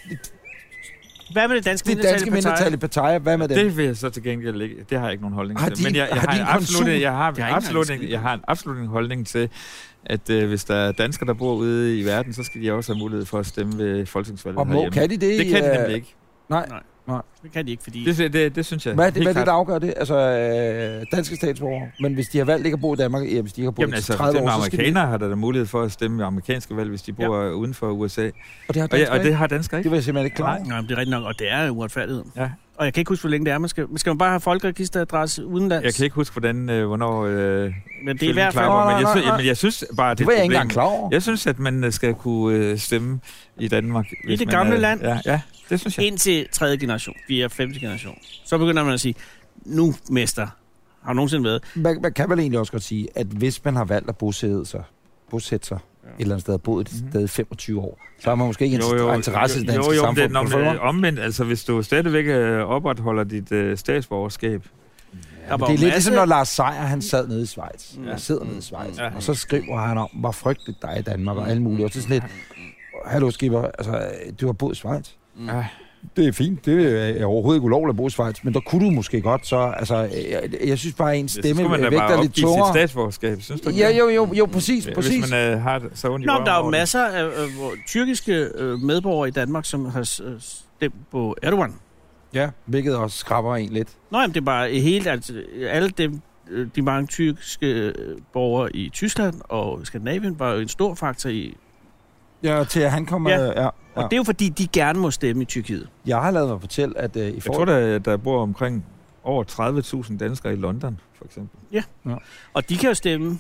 Hvad med det danske det mindretal, danske mindretal i Pattaya? Hvad med det? Det vil jeg så til gengæld ikke. Det har jeg ikke nogen holdning har til. Men jeg, jeg, har, har absolut, jeg, har, har absolut, en, jeg har en absolut en holdning til, at øh, hvis der er danskere, der bor ude i verden, så skal de også have mulighed for at stemme ved folketingsvalget herhjemme. Og må, kan de det? Det kan de nemlig ikke. Nej. Nej. Nej, det kan de ikke, fordi... Det, det, det, det synes jeg. Hvad er det, hvad det der afgør det? Altså, øh, danske statsborgere. Men hvis de har valgt ikke at bo i Danmark, ja, hvis de ikke har boet Jamen, altså, tredive år, så skal amerikanere de... har der mulighed for at stemme ved amerikanske valg, hvis de bor ja. uden for U S A. Og det har danskere og, ja, og det har danskere ikke. Det var jeg simpelthen ikke klar. Nej, det er rigtigt nok, og det er uretfærdighed. Ja. Og jeg kan ikke huske, hvor længe det er. Man skal, man skal man bare have folkeregisteradresse udenlands? Jeg kan ikke huske, hvordan, øh, hvornår... Øh, men det er i hvert fald... Men jeg, synes, men jeg synes bare, det, det var jeg ikke engang klar over. Jeg synes, at man skal kunne øh, stemme i Danmark. I det gamle er, land? Ja, ja, det synes jeg. Indtil tredje generation, fjerde, femte generation. Så begynder man at sige, nu mester, har nogensinde været. Man, man kan vel egentlig også godt sige, at hvis man har valgt at bosætte sig, bosætte sig ja. et eller andet sted, boet et sted i femogtyve år, så har man måske ikke jo, jo, interesse i det danske jo, jo, samfund. Jo, jo, det, omvendt, altså hvis du stadigvæk øh, opretholder dit øh, statsborgerskab. Ja, det er lidt ligesom, når Lars Seier, han sad nede i Schweiz. Ja. Han sidder nede i Schweiz. Ja. Og så skriver han om, hvor frygteligt der er i Danmark og alle mulige. Og så sådan lidt, hallo skipper, altså, du har boet i Schweiz. Ja. Det er fint. Det er overhovedet ikke ulovligt at bo i Schweiz, men der kunne du måske godt, så altså, jeg, jeg synes bare, at en stemme vægter lidt tungere. Sit statsborgerskab, synes du? Ja, jo, jo, jo, præcis, ja, præcis. Hvis man uh, har så ondt i Nå, der er jo masser af uh, tyrkiske uh, medborgere i Danmark, som har stemt på Erdogan. Ja, hvilket også skraber en lidt. Nå, jamen, det er bare helt, altså, alle dem, de mange tyrkiske borgere i Tyskland og Skandinavien var jo en stor faktor i... Ja, til at han kommer... Ja. Ja, ja. Og det er jo fordi, de gerne må stemme i Tyrkiet. Jeg har lavet mig fortælle, at uh, i Jeg tror, der, der bor omkring over tredive tusind danskere i London, for eksempel. Ja, ja. Og de kan jo stemme...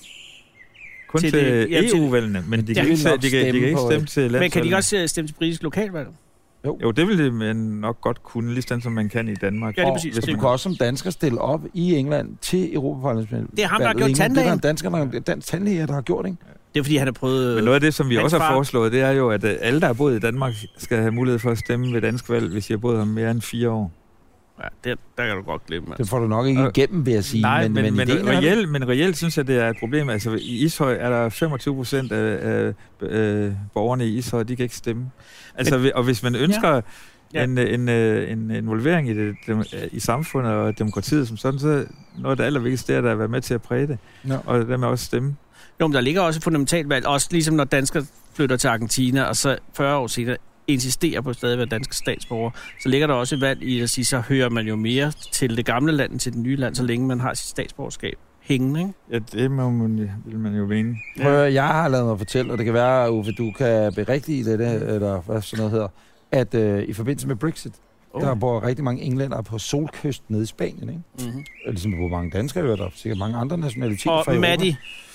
Kun til, til E U-valgene, men de kan, ikke, de, de, kan, de kan ikke stemme til landsvalgene. Men kan de også stemme til britisk lokalvalg? Jo. jo, det ville man nok godt kunne, ligesom som man kan i Danmark. Ja, det er præcis. Og du kan også som dansker stille op i England til Europaparlamentsvalget. Det er ham, der har gjort tandlægen. Det er danskerne, dansk tandlæger, der har gjort, ikke? Det er fordi, han har prøvet... Men noget af det, som vi også har foreslået, det er jo, at alle, der har boet i Danmark, skal have mulighed for at stemme ved dansk valg, hvis de har boet her mere end fire år. Ja, det, der kan du godt glemme. Altså. Det får du nok ikke igennem, vil jeg sige. Nej, men, men, men, men, reelt, men reelt synes jeg, det er et problem. Altså, i Ishøj er der femogtyve procent af, af, af borgerne i Ishøj, de kan ikke stemme. Altså, men, og hvis man ønsker... Ja. Ja. En, en, en involvering i, det, i samfundet og demokratiet som sådan, så noget af det allervigtigste er at være med til at præge det, ja. Og dermed også stemme. Jo, men der ligger også et fundamentalt valg, også ligesom når danskere flytter til Argentina, og så fyrre år senere insisterer på stadig at være danske statsborger, så ligger der også et valg i at sige, så hører man jo mere til det gamle land end til det nye land, så længe man har sit statsborgerskab hængende, ikke? Ja, det må man, vil man jo mene. Ja. Jeg har lavet mig fortælle, og det kan være, Uffe, du kan berigtige det, eller hvad sådan noget hedder, at øh, i forbindelse med Brexit, oh. der bor rigtig mange englændere på solkysten nede i Spanien, ikke? Mm-hmm. Ligesom der bor mange danskere, der er sikkert mange andre nationaliteter og fra Europa. Maddie.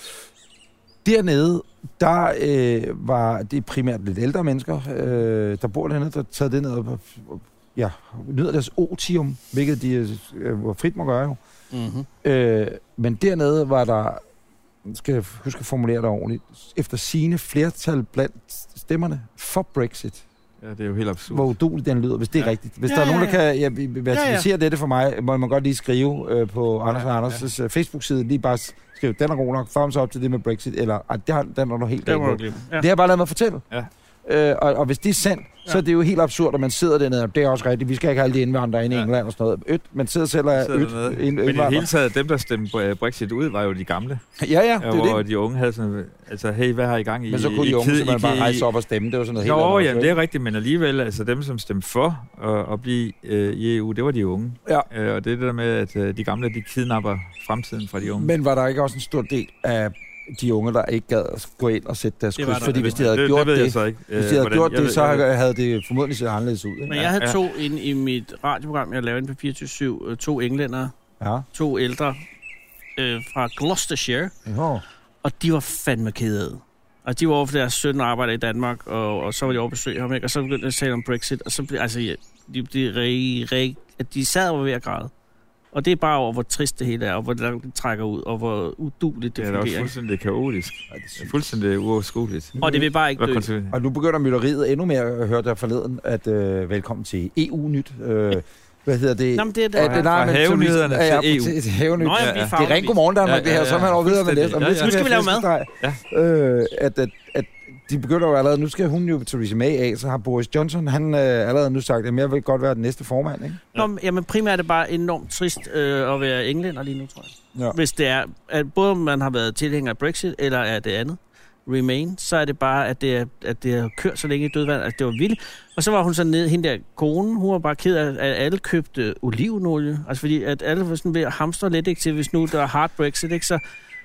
Dernede, der øh, var det primært lidt ældre mennesker, øh, der bor dernede, der taget det ned og ja, nyder deres otium, hvilket de øh, frit må gøre jo. Mm-hmm. Øh, men dernede var der, skal jeg huske at formulere det ordentligt, efter sigende flertal blandt stemmerne for Brexit. Ja, det er jo helt absurd. Hvor uduligt den lyder, hvis det er ja. rigtigt. Hvis ja, der er nogen, der kan ja, verificere ja, ja. dette for mig, må man godt lige skrive øh, på Anders ja, og Anders' ja. Facebook-side, lige bare skrive, den er god nok, thumbs up til det med Brexit, eller ah, det har, den er du helt galt på. Ja. Det har jeg bare lavet mig fortælle. Ja. Øh, og, og hvis det er sandt, ja. så er det jo helt absurd, at man sidder dernede, og det er også rigtigt, vi skal ikke have alle de indvandrere inde i ja. England og sådan noget. Øt, man sidder selv og er øt. Men i det hele taget, dem der stemte Brexit ud, var jo de gamle. Ja, ja, det er hvor det. de unge havde sådan, altså hey, hvad har I gang i? Men så kunne de unge simpelthen bare rejse op og stemme, det var sådan noget helt andet. Jo, jamen det er rigtigt, men alligevel, altså dem som stemte for at, at blive øh, i E U, det var de unge. Ja. Øh, og det er det der med, at øh, de gamle, de kidnapper fremtiden fra de unge. Men var der ikke også en stor del af de unge, der ikke gad at gå ind og sætte deres kryds, fordi hvis de havde det, gjort det, det, hvis de havde Hvordan, gjort jeg, det, så jeg, jeg, havde det formodentlig set anderledes ud. Ikke? Men jeg havde ja. to inde i mit radioprogram, jeg lavede inde på fireogtyve syv, to englændere, ja. to ældre øh, fra Gloucestershire, jo. Og de var fandme kede. Og de var over for deres søn arbejder i Danmark, og, og så var de over besøg ham, ikke? Og så begyndte de at tale om Brexit, og så blev altså, ja, de, de, de, de, de sad over ved at græde. Og det er bare over, hvor trist det hele er, og hvor det trækker ud, og hvor uduligt det ja, fungerer. Det er også fuldstændig kaotisk. Ja, det er fuldstændig uoverskueligt. Og det vil bare ikke dø. Og nu begynder mytteriet endnu mere, jeg hørte der forleden, at øh, velkommen til E U-nyt. Øh, hvad hedder det? Nå, men det er det. At, fra havenyhederne til ja, E U. Til, til havenyt. Nå, ja, det er rent godmorgen Danmark, ja, ja, ja. Det her, så er man over videre med det. Ja, ja. Nu skal vi lave mad. Ja. Øh, at, at, at de begynder jo allerede, nu skal hun jo Theresa May af, så har Boris Johnson, han øh, allerede nu sagt, at jeg vil godt være den næste formand, ikke? Ja. Nå, jamen primært er det bare enormt trist øh, at være englænder lige nu, tror jeg. Ja. Hvis det er, at både om man har været tilhænger af Brexit, eller er det andet, Remain, så er det bare, at det, er, at det har kørt så længe i dødvand, at det var vildt. Og så var hun så nede, hende der konen, hun var bare ked af, at alle købte olivenolie. Altså fordi, at alle var sådan ved at hamstre lidt, ikke, til hvis nu der er hard Brexit, ikke, så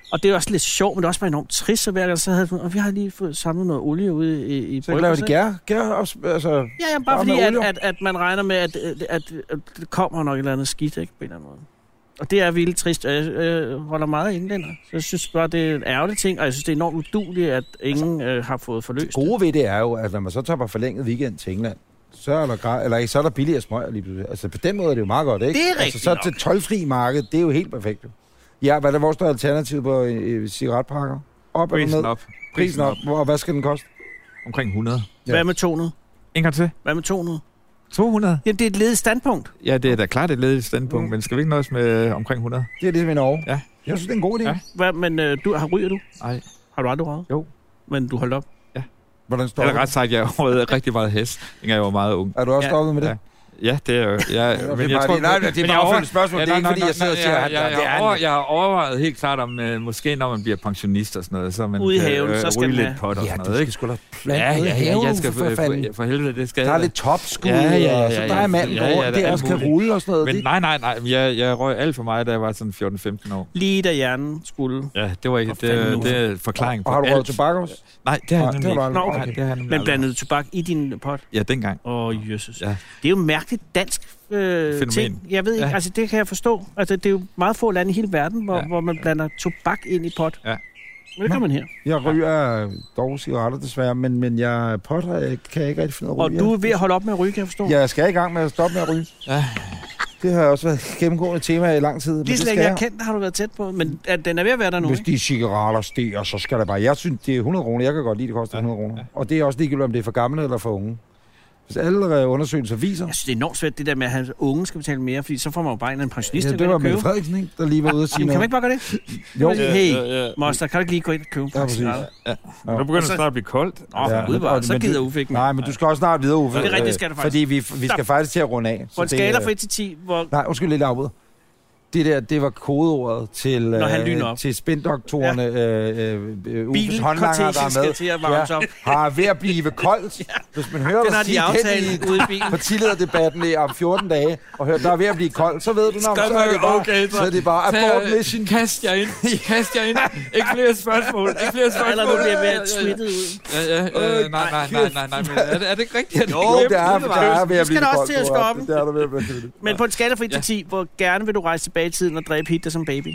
Og det er også lidt sjovt, men det er også bare enormt trist, så hver gang så havde og vi har lige fået samlet noget olie ude i, i så laver de gær? Gær også, altså... Ja, ja, bare fordi, at, at, at man regner med, at, at, at, at det kommer nok et eller andet skidt, ikke, på en eller anden måde. Og det er vildt trist, og jeg øh, holder meget af englænder. Så jeg synes bare, det er en ærgerlig ting, og jeg synes, det er enormt udueligt, at ingen øh, har fået forløst det. Gode ved det er jo, at når man så tager på forlænget weekend til England, så er der, gra- eller, så er der billigere smøger lige pludselig. Altså på den måde er det jo meget godt, ikke? Det er altså, så nok. til tolvfri marked, det er jo helt perfekt. Ja, hvad er det vores der alternativ på øh, cigaretpakker? Op Prisen eller ned? op. Prisen op. Og hvad skal den koste? Omkring hundrede. Ja. Hvad med to hundrede? En gang til. Hvad med to hundrede? to hundrede? Jamen, det er et ledigt standpunkt. Ja, det er da klart et ledigt standpunkt, mm. men skal vi ikke nøjes med omkring hundrede? Det er det med Norge. Ja. Jeg synes, det er en god idé. Ja. Hvad, men øh, du, har ryger du? Nej. Har du aldrig røget? Jo. Men du holdt op? Ja. Hvordan står det? Eller ret sagt, jeg har røget rigtig meget hest, da jeg var meget ung. Er du også ja. stoppet med det? Ja. Ja, det er jo... Jeg, ja, men jeg tror, nej, det er bare overfølgende spørgsmål. Ja, det er ikke, nej, fordi nej, jeg sidder og siger, jeg, at jeg, det er over, jeg har overvejet helt klart om, uh, måske når man bliver pensionist og sådan noget, så man ude i haven, kan, uh, så skal ryge man lidt pot og ja, sådan noget, ikke? Ja, du skal sgu da plante ja, ude i ja, haven, ja, jeg skal for, for, for, for helvede, det skal der er jeg. lidt topskud, ja, ja, ja, og så der er manden ja, ja, rundt, det også kan rulle og sådan noget. Men nej, nej, nej, jeg, jeg røg alt for meget, da jeg var sådan fjorten femten år. Lige da hjernen skulle... Ja, det var ikke, det, det er forklaring på alt. Og har du røget alt. tobak også? Nej, det har jeg nemlig ikke. Nå, okay. Nej, det har jeg nemlig Men blandede tobak i din pot? Ja, dengang. Åh, oh, jøsses. Ja. Det er jo mærkeligt dansk øh, ting. Jeg ved ikke, ja. altså det kan jeg forstå. Altså det er jo meget få lande i hele verden, hvor, ja. hvor man blander tobak ind i pot. Ja. Men det kan man her. Jeg ryger dog cigaretter desværre, men, men jeg potter jeg kan jeg ikke rigtig finde ud af at ryge. Og du er ved at holde op med at ryge, kan jeg forstå? Jeg skal i gang med at stoppe med at ryge. Ja. Det har også været gennemgående tema i lang tid. Lige slet ikke, jeg kendt, har du været tæt på, men at den er ved at være der nu, hvis ikke? de cigaretter stiger, så skal der bare... Jeg synes, det er hundrede kroner. Jeg kan godt lide, det koster ja. hundrede kroner. Og det er også ligegyldigt, om det er for gamle eller for unge. Hvis alle undersøgelser viser... Jeg synes, det er enormt svært, det der med, at unge skal betale mere, fordi så får man jo bare en pensionist. Ja, det var Mette Frederiksen, ikke? Der lige var ude at sige Jamen, noget. Kan man ikke bare gøre det? Jo. Hey, ja, ja, ja. Moster, kan du ikke lige gå ind og købe en ja, ja. ja. Nu begynder det snart at blive koldt. Åh, ja. Udvar, så gider Uffe ikke. Nej, men du skal også snart videre, Uffe. Det er rigtigt, skal du faktisk. Fordi vi, vi skal faktisk til at runde af. På en skala fra et til ti, hvor... Nej, undskyld, lidt afbud. Det der, det var kodeordet til, øh, til spindoktorerne, ja. øh, øh, Uffes håndlanger, der er med. Til at ja, har ved at blive koldt. Ja. Hvis man hører dig sige det ude i bilen. Partilederdebatten om fjorten dage, og hører, der er ved at blive koldt, så ved du, når, så er det bare, okay, så er det bare abort mission. Kast jer ind, kast jer ind. Ikke flere spørgsmål, ikke flere spørgsmål. Eller du bliver ved at smittet ud. Ja, ja, øh, nej, nej, nej, nej, nej, men er det, er det ikke rigtigt? Jo, det er, det er ved at blive koldt. Du skal da også til at stoppe. Men på en skala fra et til ti, hvor gerne vil du rejse tilbage i tiden og dræbe Hitler som baby?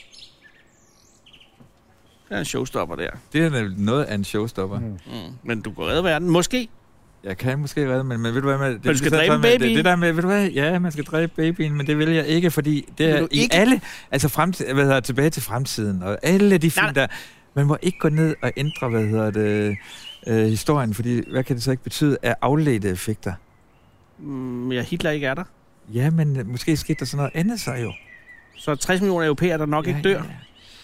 Det er en showstopper der. Det er noget af en showstopper. Mm. Mm. Men du kan redde verden. Måske. Jeg kan måske redde, men, men ved du hvad med... Det, du skal dræbe babyen? Det, det der med, ved du hvad, ja, man skal dræbe babyen, men det vil jeg ikke, fordi det er i ikke? alle... Altså fremtid, hvad hedder, tilbage til fremtiden, og alle de film, der... Man må ikke gå ned og ændre, hvad hedder det, øh, historien, fordi hvad kan det så ikke betyde af afledte effekter? Mm, ja, Hitler ikke er der. Ja, men måske skete der sådan noget andet så jo. Så tres millioner europæere, der nok ja, ikke dør. Ja.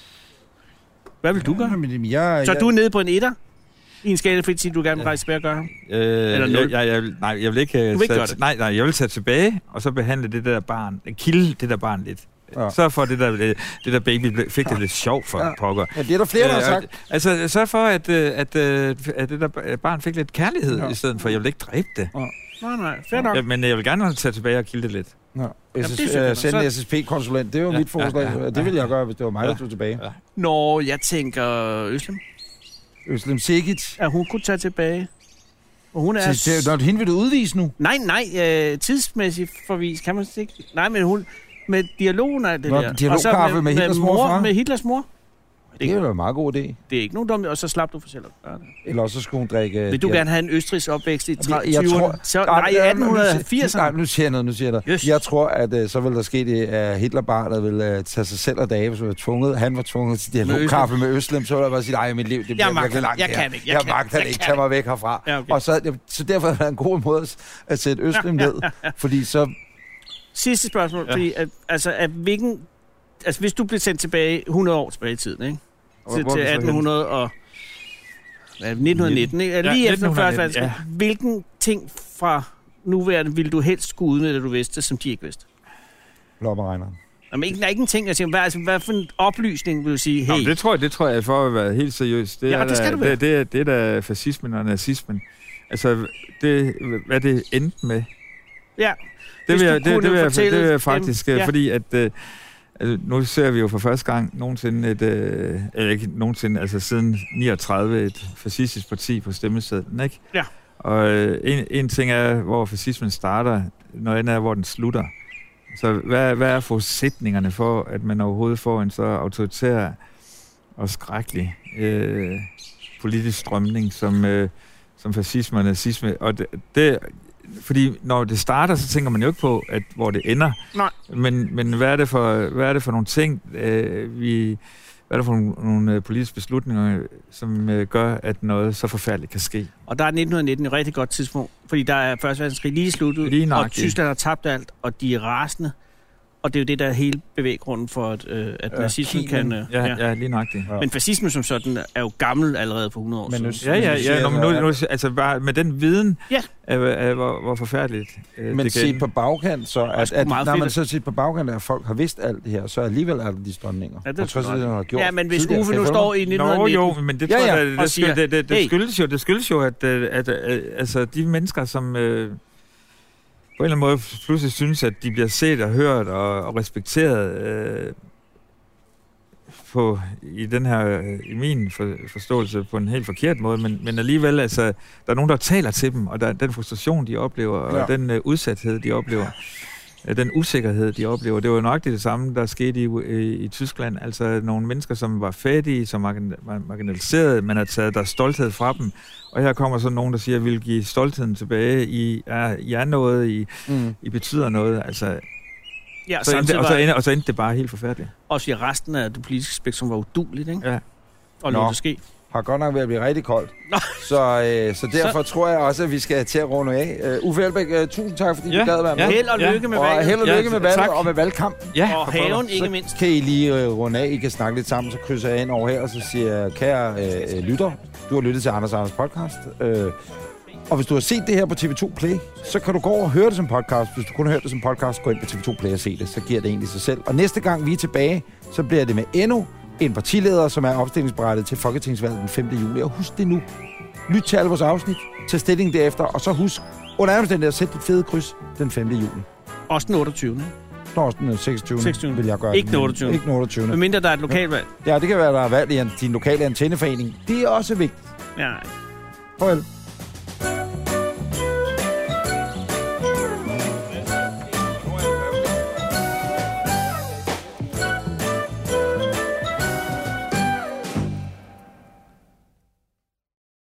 Hvad vil du gøre? Ja, jeg, så jeg, du er nede på en etter? I en skala, fordi du gerne vil rejse tilbage og gøre ham? Øh, Eller nul? Jeg, jeg, nej, jeg vil ikke... Du vil ikke gøre det? Nej, nej, jeg vil tage tilbage, og så behandle det der barn. Kilde det der barn lidt. Ja. Så for det der, det der baby fik det ja. lidt sjovt for ja. pokker. Ja, det er der flere, der har sagt. Altså, så for, at, at, at det der barn fik lidt kærlighed, ja. i stedet for, at jeg vil ikke dræbe det. Ja. Nej, nej, fair nok. Ja, men jeg vil gerne tage tilbage og kilde det lidt. Ja. Jamen, sende en S S P-konsulent, det er jo ja, mit forslag. Ja, ja, ja. Det ville jeg gøre, hvis det var mig, ja. der tog tilbage. Ja. Nå, jeg tænker Øslem. Øslem Sikic. Ja, hun kunne tage tilbage. Og hun er... Så, når hende vil du udvise nu? Nej, nej, øh, tidsmæssigt forvis kan man ikke. Nej, men hun... Med dialogen af det Nå, der. Dialogkaffe med, med Hitlers mor, far? Med Hitlers mor. Det, det er jo en meget god idé. Det er ikke nogen dumme, og så slap du for selv at gøre det. Eller også skulle hun drikke... Vil du ja. gerne have en østrigs opvækst i tredive, jeg tror, så, nej, i atten firs. Nej, nu siger jeg noget, nu siger jeg noget. Jeg tror, at uh, så vil der ske det, at Hitlerbarnet vil uh, tage sig selv af dage, hvis han var tvunget. Han var tvunget til dialogkaffe med Øslem, så ville jeg bare sige, nej, mit liv, det bliver virkelig langt jeg kan ikke, jeg, jeg kan magter det ikke, tag mig væk herfra. Ja, okay. Og så, så derfor er det en god måde at sætte Øslem ned, fordi så... Sidste spørgsmål, ja. fordi at, altså, at hvilken... Altså, hvis du bliver sendt tilbage hundrede år tilbage i tiden, ikke? Til, til atten hundrede og... Ja, nitten nitten, ikke? Lige ja, efter første verdenskrig. Ja. Hvilken ting fra nuværende ville du helst skulle udnytte, at du vidste, som de ikke vidste? Lommeregneren. Jamen, ikke, der er ikke en ting, jeg siger. Hvad, altså, hvad for en oplysning vil du sige? Hey. Jamen, det tror jeg, det tror jeg, for at være helt seriøs. Det ja, er det skal der, du være. Det, det, det er da fascismen og nazismen. Altså, det, hvad det endte med. Ja. Det vil, jeg, det, det, vil jeg, det vil jeg faktisk, dem, ja. fordi at, Altså, nu ser vi jo for første gang nogensinde et, øh, eller ikke nogensinde, altså siden niogtredive, et fascistisk parti på stemmesedlen, ikke? Ja. Og øh, en, en ting er, hvor fascismen starter, noget andet er, hvor den slutter. Så hvad, hvad er forudsætningerne for, at man overhovedet får en så autoritær og skrækkelig øh, politisk strømning, som, øh, som fascisme og nazisme? Og det, det fordi når det starter, så tænker man jo ikke på, at hvor det ender. Nej. Men, men hvad, er det for, hvad er det for nogle ting, øh, vi, hvad er det for nogle, nogle politiske beslutninger, som øh, gør, at noget så forfærdeligt kan ske? Og der er nitten nitten et rigtig godt tidspunkt, fordi der er første verdenskrig lige sluttet, lige og Tyskland har tabt alt, og de er rasende. Og det er jo det, der er hele bevæggrunden for, at, øh, at ja, nazismen kan... Øh, ja, ja. ja, lige nøjagtigt. Ja. Men fascismen som sådan er jo gammel allerede for hundrede år men nu, siden. Ja, ja, ja. Nå, men nu, nu, altså bare med den viden, ja. af, af, hvor, hvor forfærdeligt øh, men det set på bagkant, så... At, at, når man fedt. så set på bagkant, at folk har vidst alt det her, så alligevel er der de strømninger. Ja, det tror jeg, det har gjort. Ja, men hvis Uffe nu står i nitten nitten... Nå, jo, men det, ja, tror ja. jeg, det, det, siger, det, det, det, hey. skyldes jo, det skyldes jo, at, at, at, at altså, de mennesker, som... Øh, på en eller anden måde pludselig synes, at de bliver set og hørt og, og respekteret øh, på, i den her, i min for, forståelse på en helt forkert måde, men, men alligevel, altså, der er nogen, der taler til dem, og der, den frustration, de oplever, og ja. den uh, udsathed, de oplever, uh, den usikkerhed, de oplever, det var jo nok det samme, der skete i, i, i Tyskland. Altså nogle mennesker, som var fattige, som var marginaliserede, man har taget deres stolthed fra dem. Og her kommer så nogen, der siger, at vi vil give stoltheden tilbage. I er, I er noget, I, mm. I betyder noget. Altså, ja, så endte, og, så endte, og så endte det bare helt forfærdeligt. Og så resten af det politiske spektrum var udueligt, ikke? Ja. Og lå det ske. Har godt nok ved at blive rigtig koldt. Så, øh, så derfor så... tror jeg også, at vi skal til at runde af. Uh, Uffe Elbæk, uh, tusind tak, fordi ja. du gad at være med. Ja. Held og lykke ja. med valget. Og held og lykke ja, med valget tak. og med valgkampen. Ja, og haven ikke mindst. Så kan I lige uh, runde af. I kan snakke lidt sammen, så krydser jeg ind over her, og så siger jeg, kære uh, lytter, du har lyttet til Anders Anders podcast. Uh, og hvis du har set det her på T V to Play, så kan du gå og høre det som podcast. Hvis du kun har hørt det som podcast, gå ind på T V to Play og se det. Så giver det egentlig sig selv. Og næste gang vi er tilbage, så bliver det med endnu en partileder, som er opstillingsberettet til Folketingsvalget den femte juli. Og husk det nu. Lyt til alle vores afsnit. Tag stilling derefter. Og så husk, under anden at sætte dit fede kryds den femte juli. Også den otteogtyvende. Nå, også den seksogtyvende. seksogtyvende. Vil jeg gøre. Ikke den otteogtyvende. Ikke den otteogtyvende. Men mindre der er et lokalvalg. Ja, det kan være, der er valg i din lokale antenneforening. Det er også vigtigt. Ja. Farvel.